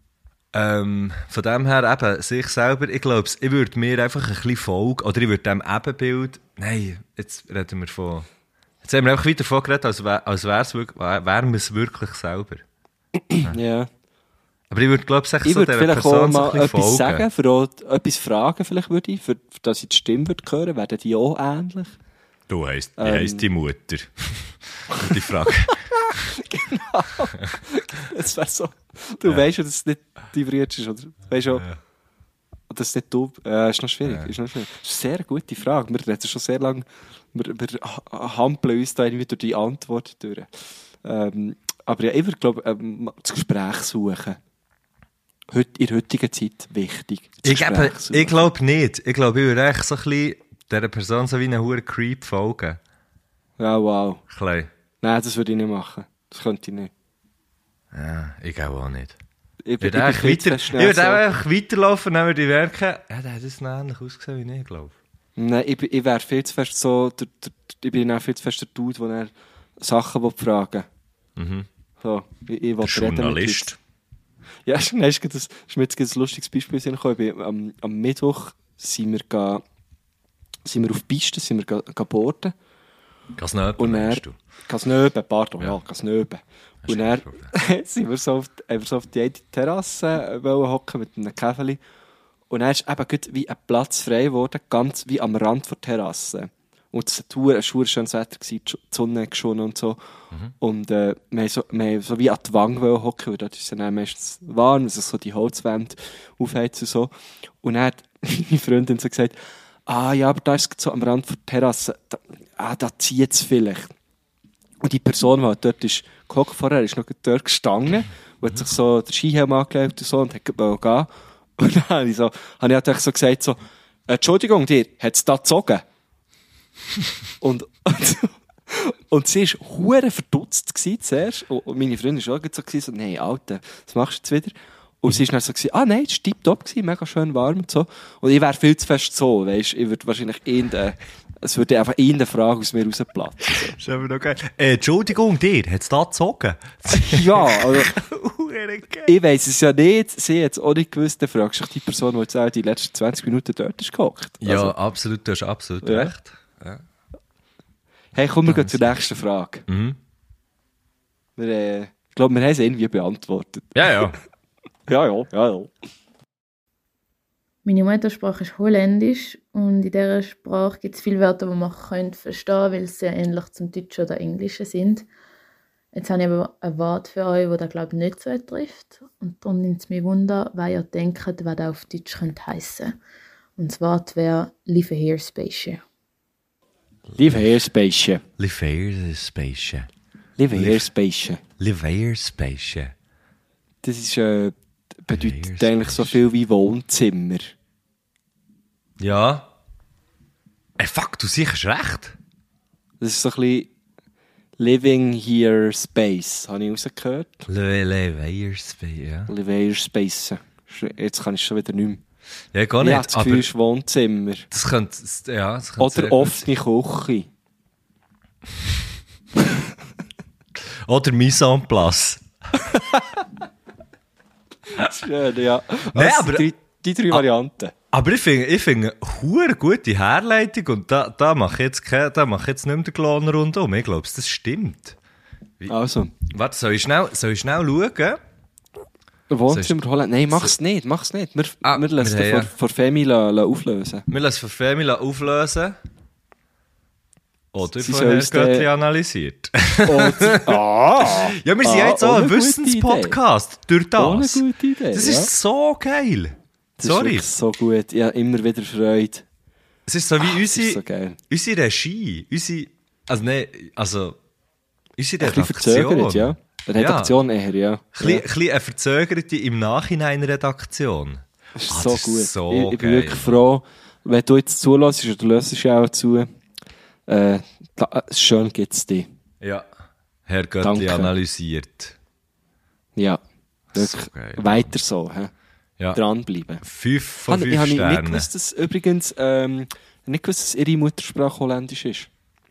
S1: Von dem her eben, sich selber, ich glaube, ich würde mir einfach ein bisschen folgen, oder ich würde dem Ebenbild, nein, jetzt reden wir von, jetzt haben wir einfach weiter davon geredet, als wären wir es wirklich selber.
S2: Ja.
S1: Aber ich würde, glaube ich,
S2: Ich
S1: so
S2: würde
S1: dieser
S2: vielleicht auch
S1: Person so
S2: mal
S1: ein bisschen
S2: etwas
S1: folgen.
S2: sagen, auch etwas fragen vielleicht würde ich, für dass ich die Stimme würde hören, werden die auch ähnlich?
S1: Du heisst, wie heisst die Mutter? Die Frage.
S2: Genau. Das wäre so. Du weißt ja, dass es nicht die Brüder ist, oder? Weißt du, oder dass es nicht du. Ist noch schwierig. Ist noch schwierig. Das ist eine sehr gute Frage. Wir reden schon sehr lange. Wir hampeln uns da irgendwie durch die Antwort durch. Aber ja, ich würde, glaube das Gespräch suchen. In der heutigen Zeit wichtig.
S1: Ich glaube nicht. Ich glaube, ich würde echt so ein bisschen dieser Person so wie einen hohen Creep folgen.
S2: Ja, wow.
S1: Klein.
S2: Nein, das würde ich nicht machen. Das könnte ich nicht.
S1: Ja, ich auch nicht.
S2: Ich
S1: würde einfach weiterlaufen, dann würde ich merken, ja, der hat das ähnlich ausgesehen wie ich, glaube ich.
S2: Nein, ich wäre viel zu fest so, ich bin auch viel zu fest der Dude, der er Sachen fragen will.
S1: Mhm.
S2: So, ich will
S1: Journalist.
S2: Ja, das ist mir jetzt ein lustiges Beispiel gekommen. Am Mittwoch sind wir auf die Piste, sind wir boarden.
S1: Gasnöben, meinst du?
S2: Gasnöben, pardon,
S1: Ja.
S2: Gasnöben. Und dann sind wir so auf die eine Terrasse hocken mit einem Käfeli. Und dann ist eben gut wie ein Platz frei geworden, ganz wie am Rand der Terrasse. Und es war ein schönes Wetter, die Sonne geschonnen und so. Mhm. Und wir haben so wie an die Wange hocken, weil dort ist es dann meistens warm, also so die Holzwände aufheizen und so. Und dann hat meine Freundin so gesagt, ja, aber da ist es so am Rand der Terrasse, da zieht es vielleicht. Und die Person, die dort ist gehockt vorher, ist noch dort gestanden und hat sich so den Skihelm angelegt und so und hat gehen. Und dann habe ich halt so gesagt, so, Entschuldigung, dir, hat es da gezogen? und sie war hure verdutzt zuerst. Und meine Freundin war auch so, nein, Alter, was machst du jetzt wieder? Und sie war dann so, nein, es war tipptopp, mega schön warm und so. Und ich wäre viel zu fest so, weisst, ich würde wahrscheinlich es würde einfach eine Frage aus mir rausplatzen.
S1: Das ist aber noch geil. Entschuldigung, dir, hat es da gezogen?
S2: Ja, also, ich weiss es ja nicht, sie hat es auch nicht gewusst, dann fragst du die Person, die jetzt auch die letzten 20 Minuten dort ist gehockt.
S1: Ja,
S2: also,
S1: absolut, du hast absolut recht. Ja.
S2: Hey, kommen wir zur nächsten Frage.
S1: Mhm.
S2: Ich glaube, wir haben es irgendwie beantwortet.
S1: Ja.
S2: Ja.
S3: Meine Muttersprache ist Holländisch und in dieser Sprache gibt es viele Wörter, die man verstehen kann, weil sie sehr ähnlich zum Deutschen oder Englischen sind. Jetzt habe ich aber ein Wort für euch, das glaube ich nicht so trifft. Und darum nimmt es mich Wunder, was ihr denkt, was das auf Deutsch heissen könnte. Und das Wort wäre «Lieferheerspeisje».
S2: Lieferheerspeisje. Das ist, bedeutet eigentlich so viel wie Wohnzimmer.
S1: Ja. Fuck, du siehst recht.
S2: Das ist so ein bisschen Living Here Space, habe ich rausgehört. Lieferheerspeisje. Jetzt kann ich schon wieder nicht mehr.
S1: Ja, gar nicht.
S2: Ja, das Gefühl ist Wohnzimmer.
S1: Das könnte
S2: oder offene Küche.
S1: Oder Mise en place.
S2: Schön, ja.
S1: Nein,
S2: also
S1: aber,
S2: die drei Varianten.
S1: Aber ich finde eine gute Herleitung und da mache ich jetzt nicht mehr den Klon rundum. Ich glaube, das stimmt.
S2: Also.
S1: Warte, soll ich schnell schauen?
S2: Wohnzimmer holen? Nein, mach's nicht. Wir lassen es vor Femi auflösen.
S1: Wir lassen es vor Femi auflösen. Oder von Herr Göttli analysiert. Ja, wir sind jetzt auch ein Wissenspodcast durch das.
S2: Ohne gute Idee.
S1: Das ist so geil. Sorry.
S2: Das ist so gut. Ja, immer wieder Freude.
S1: Es ist so wie
S2: unsere
S1: Regie. Unsere Redaktion.
S2: Ein verzögert, ja. Redaktion eher, ja.
S1: Ein bisschen eine verzögerte im Nachhinein Redaktion.
S2: Das ist so gut.
S1: So
S2: ich bin wirklich froh, wenn du jetzt zulässt, oder du löst ja auch zu. Schön gibt's dich.
S1: Ja. Herr Göttli analysiert.
S2: Ja. Wirklich.
S1: So geil,
S2: weiter so.
S1: Ja.
S2: Dranbleiben.
S1: 5 von 5 Sternen.
S2: Ich habe nicht gewusst, dass übrigens Nicht gewusst, dass ihre Muttersprache Holländisch ist.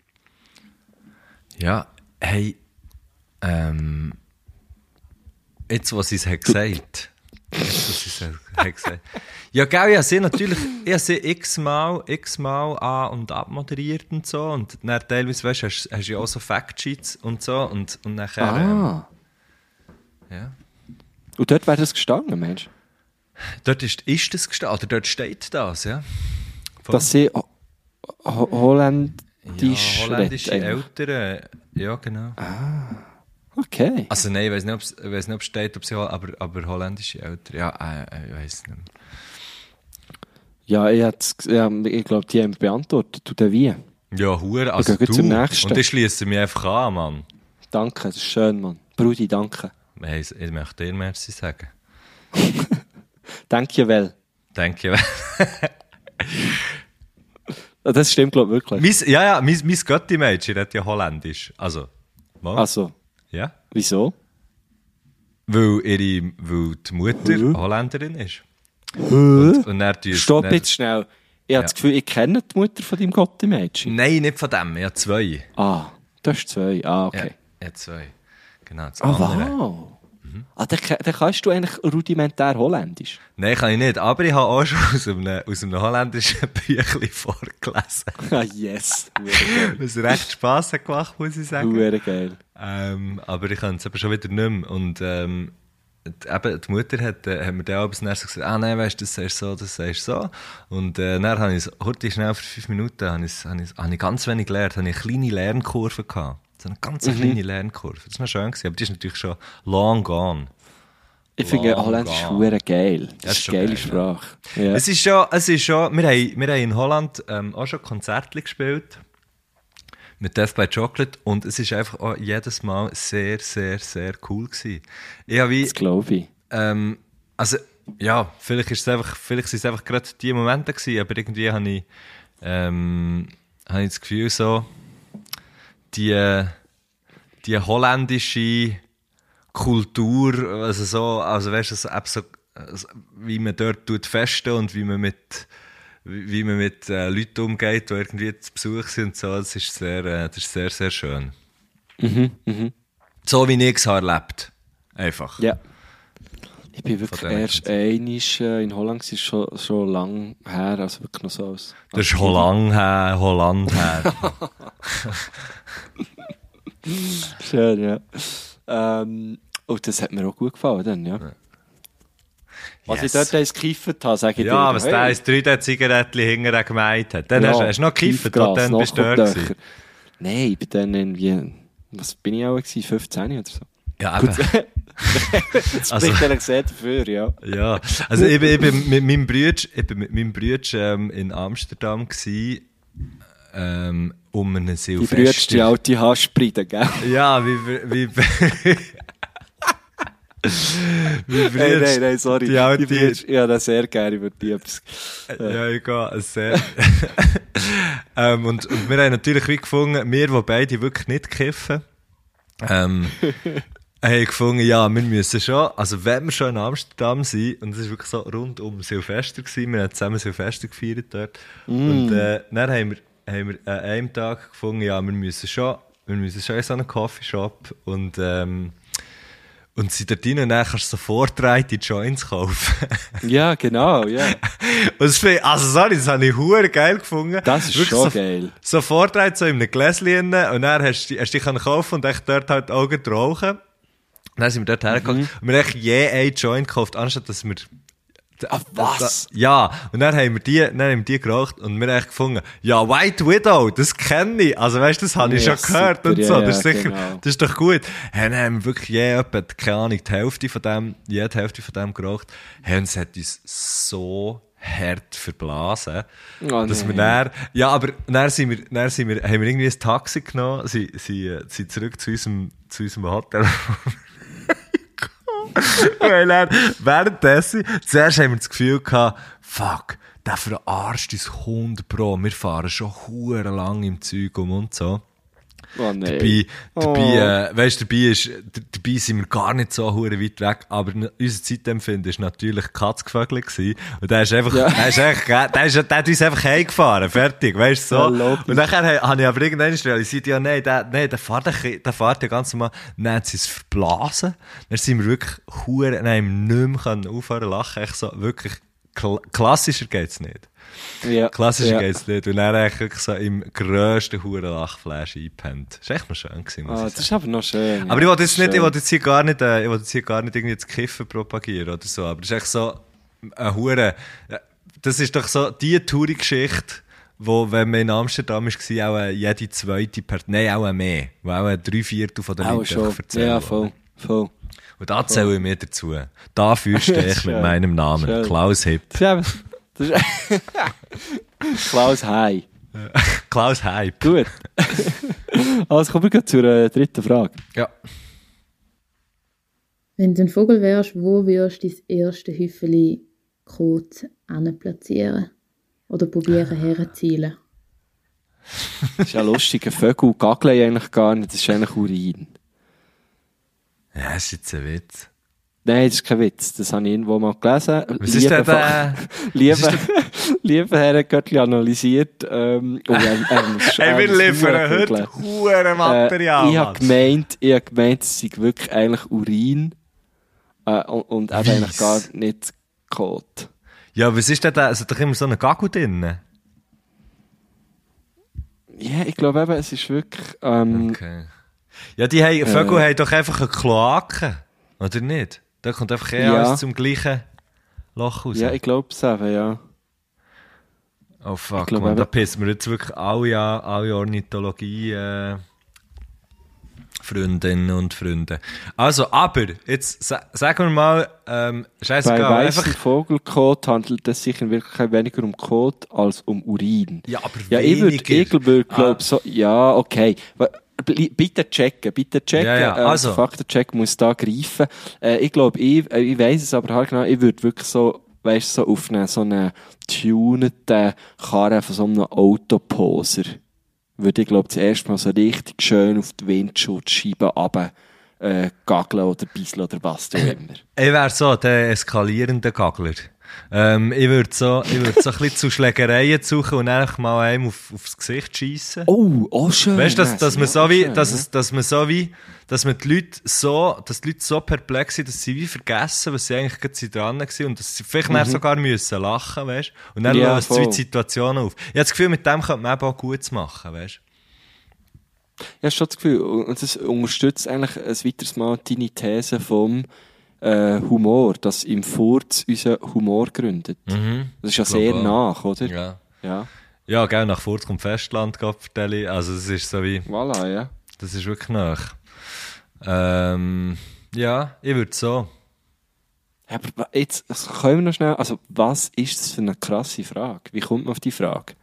S1: Ja, hey, jetzt, was sie es hat gesagt. Ja, gell, ich habe sie natürlich, x-mal an- und abmoderiert und so. Und dann teilweise, weißt du, hast du ja auch so Factsheets und so. Und nachher. Ja.
S2: Und dort wäre das gestanden, Mensch.
S1: Dort ist das gestanden, oder dort steht das, ja. Voll.
S2: Dass sie Holländisch
S1: ja, holländische Eltern, ja, genau.
S2: Okay.
S1: Also nein, ich weiß nicht, ob es steht, ob sie, aber holländische Eltern, ja, ich weiß nicht.
S2: Ja, ich glaube, die haben beantwortet. Du, der wie?
S1: Ja, hure, also
S2: du.
S1: Zum nächsten. Und ich schliesse mich einfach an, Mann.
S2: Danke, das ist schön, Mann. Brudi, danke.
S1: Hey, ich möchte dir merci sagen.
S2: Danke well.
S1: Danke well.
S2: Das stimmt, glaube ich, wirklich.
S1: Mein Götti-Mädchen redet ja Holländisch. Also, mal.
S2: Also.
S1: Ja.
S2: Wieso?
S1: Weil die Mutter Holländerin ist. Und
S2: Stopp jetzt schnell. Ich habe das Gefühl, ich kenne die Mutter von deinem Götti-Mädchen.
S1: Nein, nicht von dem. Ich habe 2.
S2: Du hast 2. Okay.
S1: Ja, 2. Genau, das
S2: andere. Wow. Dann kannst du eigentlich rudimentär Holländisch?
S1: Nein, kann ich nicht. Aber ich habe auch schon aus einem holländischen Büchlein vorgelesen.
S2: Yes.
S1: Was recht Spass hat gemacht, muss ich sagen.
S2: Geil.
S1: Aber ich kann es eben schon wieder nicht mehr. Und eben, die Mutter hat mir dann abends gesagt, nein, weißt du, das sagst so. Und dann habe ich heute schnell für 5 Minuten habe ich ganz wenig gelernt, habe ich eine kleine Lernkurve gehabt. So eine ganz kleine Lernkurve. Das war noch schön gewesen, aber die ist natürlich schon long gone.
S2: Ich finde Holländisch schwer geil. Das ist eine geile Sprache. Ja.
S1: Es ist schon, wir haben in Holland auch schon Konzerte gespielt. Mit Death by Chocolate. Und es ist einfach auch jedes Mal sehr, sehr, sehr cool gewesen.
S2: Das glaube ich.
S1: Also, ja, vielleicht sind es einfach gerade die Momente gewesen, aber irgendwie habe ich das Gefühl so, die holländische Kultur, also weißt du, so, wie man dort festen und wie man mit Leuten umgeht, die irgendwie zu Besuch sind und so, das ist sehr, sehr schön. So wie ich es erlebt. Einfach.
S2: Ja. Ich bin wirklich erst einmal in Holland, das ist schon lang her, also wirklich noch so als...
S1: Das ist Holland her.
S2: Schön, ja. Und das hat mir auch gut gefallen dann, ja. Was ich dort gekifft habe, sage ich dir.
S1: Ja, was der ins 3D-Zigarettchen hinterher gemeint hat. Dann hast du noch gekifft und dann bist du dort gewesen. Nein,
S2: ich bin dann irgendwie... Was bin ich auch gewesen? 15 oder so?
S1: Ja, eben.
S2: Das spricht ehrlich gesagt dafür, ja.
S1: Ja, also ich bin mit meinem Bruder in Amsterdam gewesen, um einen Silvester...
S2: Die Brüder, die alte Haarspritze, gell?
S1: Ja, wie
S2: Nein, sorry.
S1: Die alte...
S2: Ja, das sehr gerne über die etwas.
S1: Ja, ich gehe sehr... und wir haben natürlich wie gefunden, wir, die beide wirklich nicht kiffen, haben gefunden, ja, wir müssen schon, also wenn wir schon in Amsterdam sind, und es war wirklich so rund um Silvester gewesen, wir haben zusammen Silvester gefeiert dort, und dann haben wir an einem Tag gefunden, ja, wir müssen schon in so einen Coffeeshop und sind dort rein und dann kannst du so vorgetragene Joints kaufen.
S2: Ja, genau, ja.
S1: Und das habe ich verdammt geil gefunden.
S2: Das ist wirklich schon geil.
S1: So vorgetragen, so in einem Gläschen und dann hast du dich kaufen und echt dort halt Augen rauchen. Dann sind wir dort hergekommen und wir haben je ein Joint gekauft, anstatt dass wir...
S2: was?
S1: Ja, und dann haben wir die geraucht und wir haben gefunden, ja, White Widow, das kenne ich. Also weißt du, das habe ich schon gehört super, und so. Das ist sicher, genau. Das ist doch gut. Dann haben wir wirklich keine Ahnung, die Hälfte von dem geraucht. Und es hat uns so hart verblasen, dass wir dann, ja, aber dann haben wir irgendwie ein Taxi genommen, sind zurück zu unserem Hotel. Weil dann, währenddessen, zuerst haben wir das Gefühl gehabt, fuck, der verarscht uns 100 Pro. Wir fahren schon hure lang im Zeug und so.
S2: Oh nein.
S1: Dabei sind wir gar nicht so hure weit weg, aber unser Zeitempfinden war natürlich Katzgevögel gewesen. Und der ist einfach, der hat uns einfach heimgefahren, fertig, weißt du, so. Ja, und nachher habe ich aber irgendwann realisiert, ja, der fährt ja ganz normal, dann hat sie es verblasen. Dann sind wir wirklich hure, nein, nicht mehr aufhören lachen, echt so, wirklich, klassischer geht's nicht.
S2: Ja.
S1: Klassischer geht's nicht. Und dann eigentlich so im grössten Huren-Lachflash eingepennt. Das war echt noch schön gewesen, muss ich sagen.
S2: Das ist aber noch schön.
S1: Aber ich wollte jetzt hier gar nicht irgendwie das Kiffen propagieren oder so. Aber das ist echt so eine Hure. Das ist doch so die Touri-Geschichte, wo, wenn man in Amsterdam war, auch jede zweite nein, auch mehr. Wo auch 3/4 von den Leuten erzählen.
S2: Ja, voll.
S1: Und da zähle ich mir dazu. Dafür stehe ich mit meinem Namen. Schön. Klaus Hipp.
S2: Klaus Hai.
S1: Klaus Hype.
S2: Gut. Also kommen wir zur dritten Frage.
S1: Ja.
S3: Wenn du ein Vogel wärst, wo würdest du dein erste Häufchen Kot platzieren? Oder probieren herzuzielen?
S2: Das ist ja lustig. Ein Vögel gageln eigentlich gar nicht. Das ist eigentlich Urin.
S1: Ja, das ist jetzt ein Witz.
S2: Nein, das ist kein Witz. Das habe ich irgendwo mal gelesen.
S1: Was ist denn da?
S2: Liebe Herren, Göttli analysiert.
S1: Wir liefern heute Hurenmaterial.
S2: Ich habe gemeint, es sei wirklich eigentlich Urin. Und eben eigentlich gar nicht Kot.
S1: Ja, was ist denn da? Es hat doch immer so einen Gagel drin.
S2: Ja, ich glaube eben, es ist wirklich...
S1: Okay. Ja, die Vögel haben doch einfach eine Kloake. Oder nicht? Da kommt einfach alles zum gleichen Loch raus.
S2: Ja, ich glaube es eben, ja.
S1: Oh fuck, man, da pissen wir jetzt wirklich alle Ornithologie Freundinnen und Freunde. Also, aber, jetzt sagen wir mal, scheißegal.
S2: Bei weißen Vogelkot handelt es sich in Wirklichkeit weniger um Kot als um Urin.
S1: Ja, aber
S2: weniger. Ich glaube so, ja, okay. Bitte checken.
S1: Ja, also.
S2: Faktencheck muss da greifen. Ich glaube, ich weiss es aber halt genau, ich würde wirklich so, weißt du, so auf so einen tuneten Karren von so einem Autoposer, würde ich glaube das erste Mal so richtig schön auf die Windschutzscheibe runter gageln oder bisseln oder was auch immer.
S1: Ich wäre so der eskalierende Gagler. Ich würde so ein bisschen zu Schlägereien suchen und einfach mal einem aufs Gesicht schiessen.
S2: Oh, schön.
S1: Weißt du, dass die Leute so perplex sind, dass sie wie vergessen, was sie eigentlich gerade dran waren und dass sie vielleicht sogar müssen lachen, weißt du? Und dann löst es die Situation auf. Ich habe das Gefühl, mit dem könnte man eben auch Gutes machen, weißt du?
S2: Ich habe schon das Gefühl, und das unterstützt eigentlich ein weiteres Mal deine These vom Humor, dass im Furz unser Humor gründet. Das ist ja sehr nach, oder?
S1: Ja, gell, nach Furz kommt Festland, Gottverdeli. Also, das ist so wie...
S2: Voilà, ja.
S1: Das ist wirklich nach. Ja, ich würde so.
S2: Aber jetzt können wir noch schnell... Also, was ist das für eine krasse Frage? Wie kommt man auf die Frage?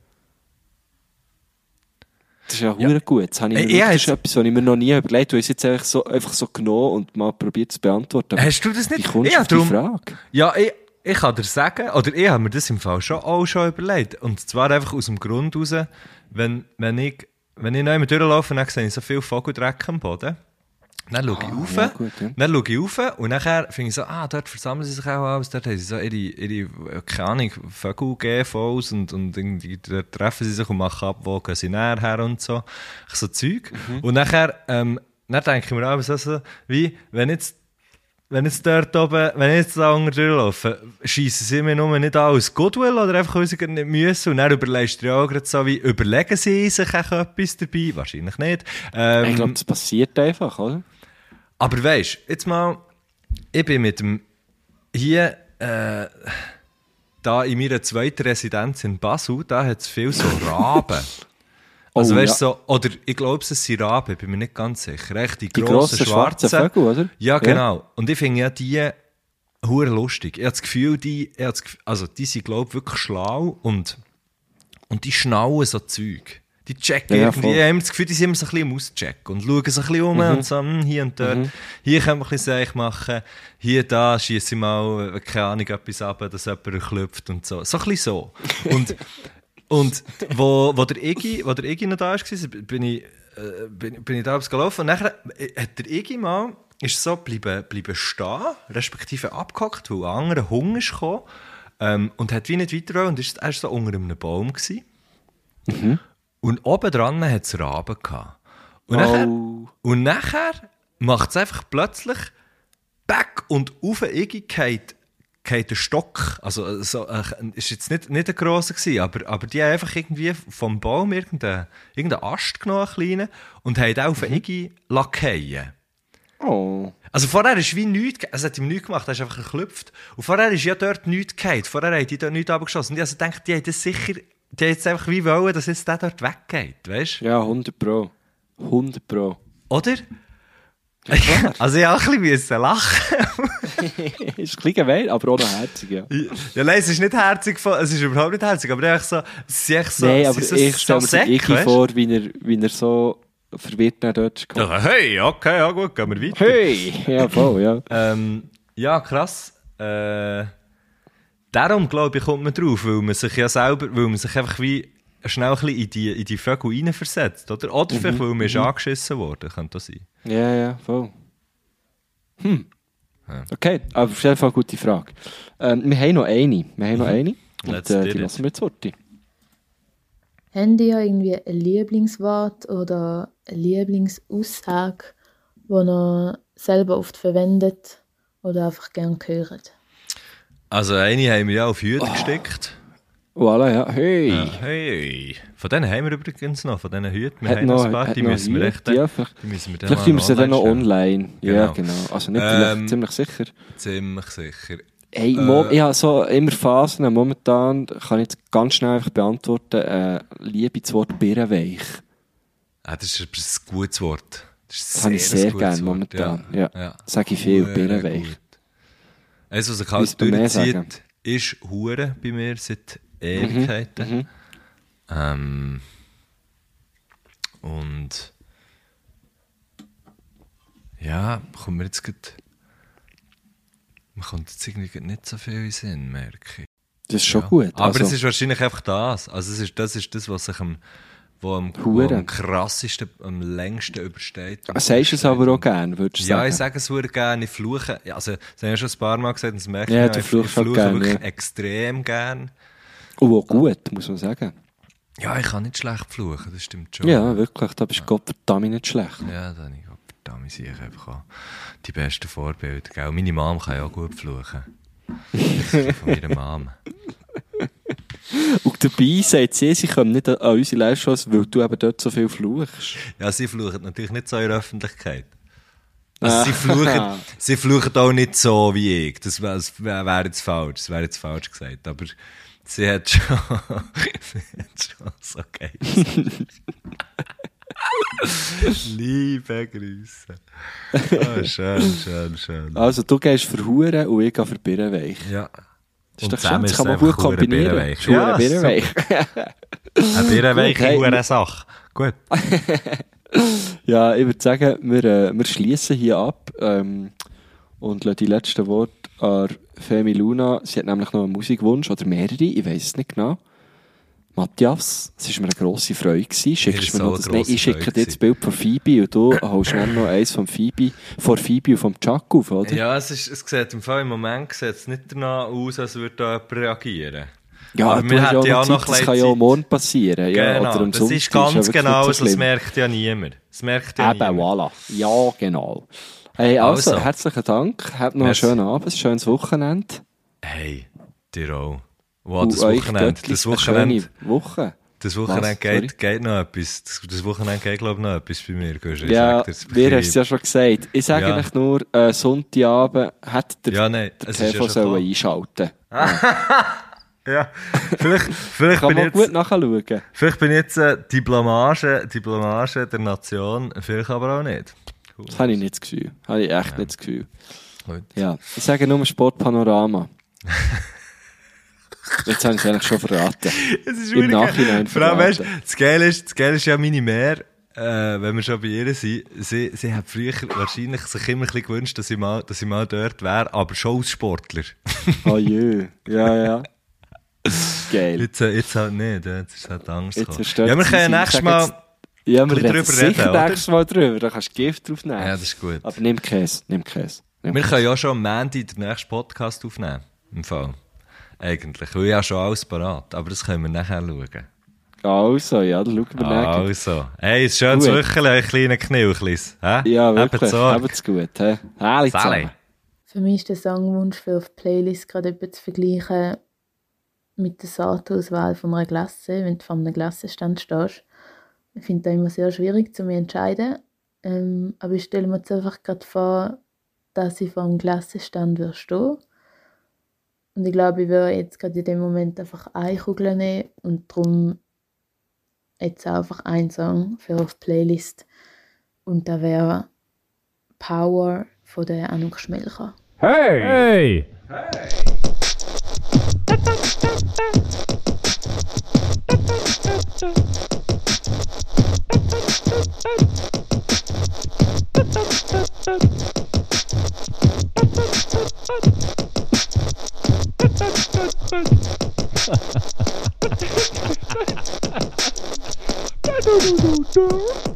S2: Das ist ja verdammt gut. Das habe ich mir das ist etwas, was ich mir noch nie überlegt habe. Du hast es jetzt einfach so genommen und mal probiert zu beantworten.
S1: Aber hast du das nicht?
S2: Wie kommst du auf die Frage?
S1: Ja, ich kann dir sagen, oder ich habe mir das im Fall auch schon überlegt. Und zwar einfach aus dem Grund raus, wenn ich noch einmal durchlaufe, dann sehe ich so viel Vogeldreck am Boden. Dann schaue ich rauf, und nachher finde ich so, dort versammeln sie sich auch alles, dort haben sie so ihre keine Ahnung, Vögel-GVs und irgendwie, dort treffen sie sich und machen ab, wo gehen sie näher her und so. So Zeug. Und nachher, dann denke ich mir auch so, wie, wenn jetzt dort oben, wenn ich jetzt da unten durchlaufe, schiessen sie mir nur nicht an aus Goodwill oder einfach, weil sie nicht müssen. Und dann überlegst du ja auch gerade so, wie, überlegen sie sich auch etwas dabei? Wahrscheinlich nicht.
S2: Ich glaube, das passiert einfach, oder?
S1: Aber weisst, jetzt mal, ich bin mit dem, hier, da in meiner zweiten Residenz in Basel, da hat es viel so Raben. Also weißt du, so, oder ich glaube, es sind Raben, bin mir nicht ganz sicher. Echt, die grossen schwarzen
S2: Vögel, oder?
S1: Ja, genau. Ja. Und ich finde ja die hure lustig. Ich habe das Gefühl, die sind, glaube ich, wirklich schlau und die schnallen so Zeug. Die checken irgendwie, ich habe immer das Gefühl, die sind immer so ein bisschen im Auschecken und schauen so ein bisschen und so, hier und dort. Hier können wir ein bisschen Seich machen, hier, da, schiesse ich mal, keine Ahnung, etwas ab, dass jemand klopft und so. So ein bisschen so. Und wo der Iggy noch da war, bin ich bin ich da gelaufen und nachher hat der Iggy mal ist so bleiben stehen, respektive abgehockt, weil ein anderer Hunger ist gekommen, und hat wie nicht weiter wollen, und er war so unter einem Baum gewesen. Mhm. Und oben dran hat es Raben gehabt. Und nachher macht es einfach plötzlich back und auf Iggy geht der Stock. Also so, ist jetzt nicht ein grosser gewesen, aber die haben einfach irgendwie vom Baum irgendeinen Ast genommen, einen kleinen, und haben den auf Iggy fallen.
S2: Oh.
S1: Also vorher ist wie nichts, es hat ihm nichts gemacht, er ist einfach geklüpft. Und vorher ist ja dort nichts gefallen, vorher haben die dort nichts abgeschossen. Und ich also gedacht, die haben das sicher, die haben jetzt einfach wie wollen, dass jetzt der dort weggeht, weißt du?
S2: Ja, 100%. 100%.
S1: Oder?
S2: Ja, klar.
S1: Also ich auch ein bisschen lachen.
S2: Ist ein bisschen gemein, aber auch noch herzig, ja.
S1: Ja, nein, es ist nicht herzig, es ist überhaupt nicht herzig, aber es ist echt so...
S2: Nein, aber ich stelle mir den Iggy vor, wie er so verwirrt nach dort kommt.
S1: Ja, hey, okay, ja gut, gehen wir weiter.
S2: Hey! Ja, voll, ja.
S1: Ja, krass. Darum, glaube ich, kommt man drauf, weil man sich ja selber, weil man sich einfach wie schnell ein bisschen in die Vögel reinversetzt, oder? Oder vielleicht, weil man ist angeschissen worden, könnte das sein.
S2: Ja, voll. Okay, aber auf jeden Fall eine gute Frage. Wir haben noch eine. Und die lassen wir jetzt heute.
S3: Habt ihr irgendwie ein Lieblingswort oder eine Lieblingsaussage, die ihr selber oft verwendet oder einfach gerne hört?
S1: Also eine haben wir ja auf Hüte gesteckt.
S2: Voilà, ja. Hey!
S1: Ja, hey! Von denen haben wir übrigens noch, von diesen Hüten. Wir haben noch ein paar, die müssen wir echt...
S2: Ja, vielleicht tun wir sie dann noch online. Ja, genau. Also nicht ziemlich sicher.
S1: Ziemlich sicher.
S2: Hey, ich habe so immer Phasen, momentan kann ich jetzt ganz schnell einfach beantworten, liebe das Wort Birrenweich.
S1: Das ist ein gutes Wort.
S2: Das habe ich sehr gerne momentan. Ja. Sage ich viel, Birrenweich.
S1: Also, was sich halt durchzieht, ist Hure bei mir seit Ewigkeiten. Und ja, kommt mir jetzt man kommt jetzt irgendwie nicht so viel in den Sinn, merke ich.
S2: Das ist schon gut.
S1: Aber es ist wahrscheinlich einfach das. Also das ist das, was sich am krassesten, am längsten übersteht.
S2: Sagst du es aber auch gerne, würdest du sagen?
S1: Ja, ich sage es sehr gerne. Ich fluche. Also, das habe ich schon ein paar Mal gesagt, und das merke
S2: ich
S1: auch. Ich fluche wirklich extrem gerne.
S2: Und auch gut, muss man sagen.
S1: Ja, ich kann nicht schlecht fluchen, das stimmt schon.
S2: Ja, wirklich, da bist du Gottverdammt nicht schlecht.
S1: Ja, da habe ich Gottverdammt sehe ich einfach auch die besten Vorbilder. Gell? Meine Mom kann ja auch gut fluchen. Das ist von meiner Mom.
S2: Und dabei sagt sie kommen nicht an unsere Live-Shows, weil du eben dort so viel fluchst.
S1: Ja, sie fluchen natürlich nicht so in der Öffentlichkeit. Also sie fluchen auch nicht so wie ich. Das wäre jetzt falsch. Das wäre jetzt falsch gesagt. Aber sie hat schon so geil gesagt. Liebe Grüße. Oh, schön.
S2: Also du gehst für Huren und ich gehe für Birrenweich.
S1: Ja.
S2: Das ist doch schön, das kann man gut kombinieren.
S1: Ja, Birrenweich. Eine Birrenweich ist eine Sache. Gut.
S2: Ja, ich würde sagen, wir schließen hier ab und lassen die letzten Worte an Femi Luna. Sie hat nämlich noch einen Musikwunsch oder mehrere, ich weiss es nicht genau. Matthias, es war mir eine grosse Freude gewesen. Schickst mir noch das? Nein, ich schicke dir das Bild von Phoebe und du holst dann noch eins von Phoebe und vom Chuck auf, oder?
S1: Ja, es sieht im Moment nicht danach aus, als würde da jemand reagieren.
S2: Ja, aber
S1: wir hätten ja
S2: noch Zeit, das kann ja auch morgen passieren. Ja,
S1: genau,
S2: oder
S1: das ist ganz genau, das merkt ja niemand. Das merkt ja niemand.
S2: Voilà. Ja, genau. Hey, also, herzlichen Dank. Habt noch einen schönen Abend, ein schönes Wochenende.
S1: Hey, dir auch. Wow, das Wochenende geht noch etwas. Das Wochenende geht, glaube ich, noch etwas bei mir.
S2: Ja, mir hast es ja schon gesagt. Ich sage euch nur, Sonntagabend hätte der TV sollen einschalten.
S1: Ja, vielleicht
S2: kann man gut nachschauen.
S1: Vielleicht bin ich jetzt die Blamage der Nation, vielleicht aber auch nicht.
S2: Cool. Das habe ich nicht das Gefühl. Habe ich echt nicht das Gefühl. Gut. Ja, ich sage nur Sportpanorama. Jetzt habe ich es eigentlich schon verraten. Im Nachhinein
S1: verraten. Weißt, das Geile ist ja meine Mehr, wenn wir schon bei ihr sind. Sie hat früher wahrscheinlich sich immer ein bisschen gewünscht, dass ich mal dort wäre, aber schon als Sportler.
S2: Oh je, ja. Geil.
S1: Jetzt halt nicht, jetzt ist halt Angst gekommen. Ja, wir können nächstes Mal...
S2: Ja, wir reden sicher nächstes Mal drüber. Da kannst du Gift draufnehmen.
S1: Ja, das ist gut.
S2: Aber nimm Käse. Wir
S1: können ja schon am Montag den nächsten Podcast aufnehmen. Im Fall. Eigentlich. Weil ich ja schon alles parat. Aber das können wir nachher schauen.
S2: Also, ja, dann schauen wir nachher.
S1: Also. Hey, ein schönes Wöchchen, ein kleiner Knilchlis.
S2: Ja, wirklich. Habt's gut. Herrlich zusammen.
S3: Für mich ist der Songwunsch für auf die Playlist gerade etwas zu vergleichen mit der Sortauswahl von einer Glasse, wenn du vor einem Glassenstand stehst. Ich finde das immer sehr schwierig zu mir entscheiden. Aber ich stelle mir jetzt einfach gerade vor, dass ich vor einem Glassenstand stehen. Und ich glaube, ich würde jetzt gerade in dem Moment einfach eine Kugel nehmen und darum jetzt einfach einen Song für auf die Playlist. Und da wäre Power von der Anouk Schmelcher.
S6: Hey! Hey!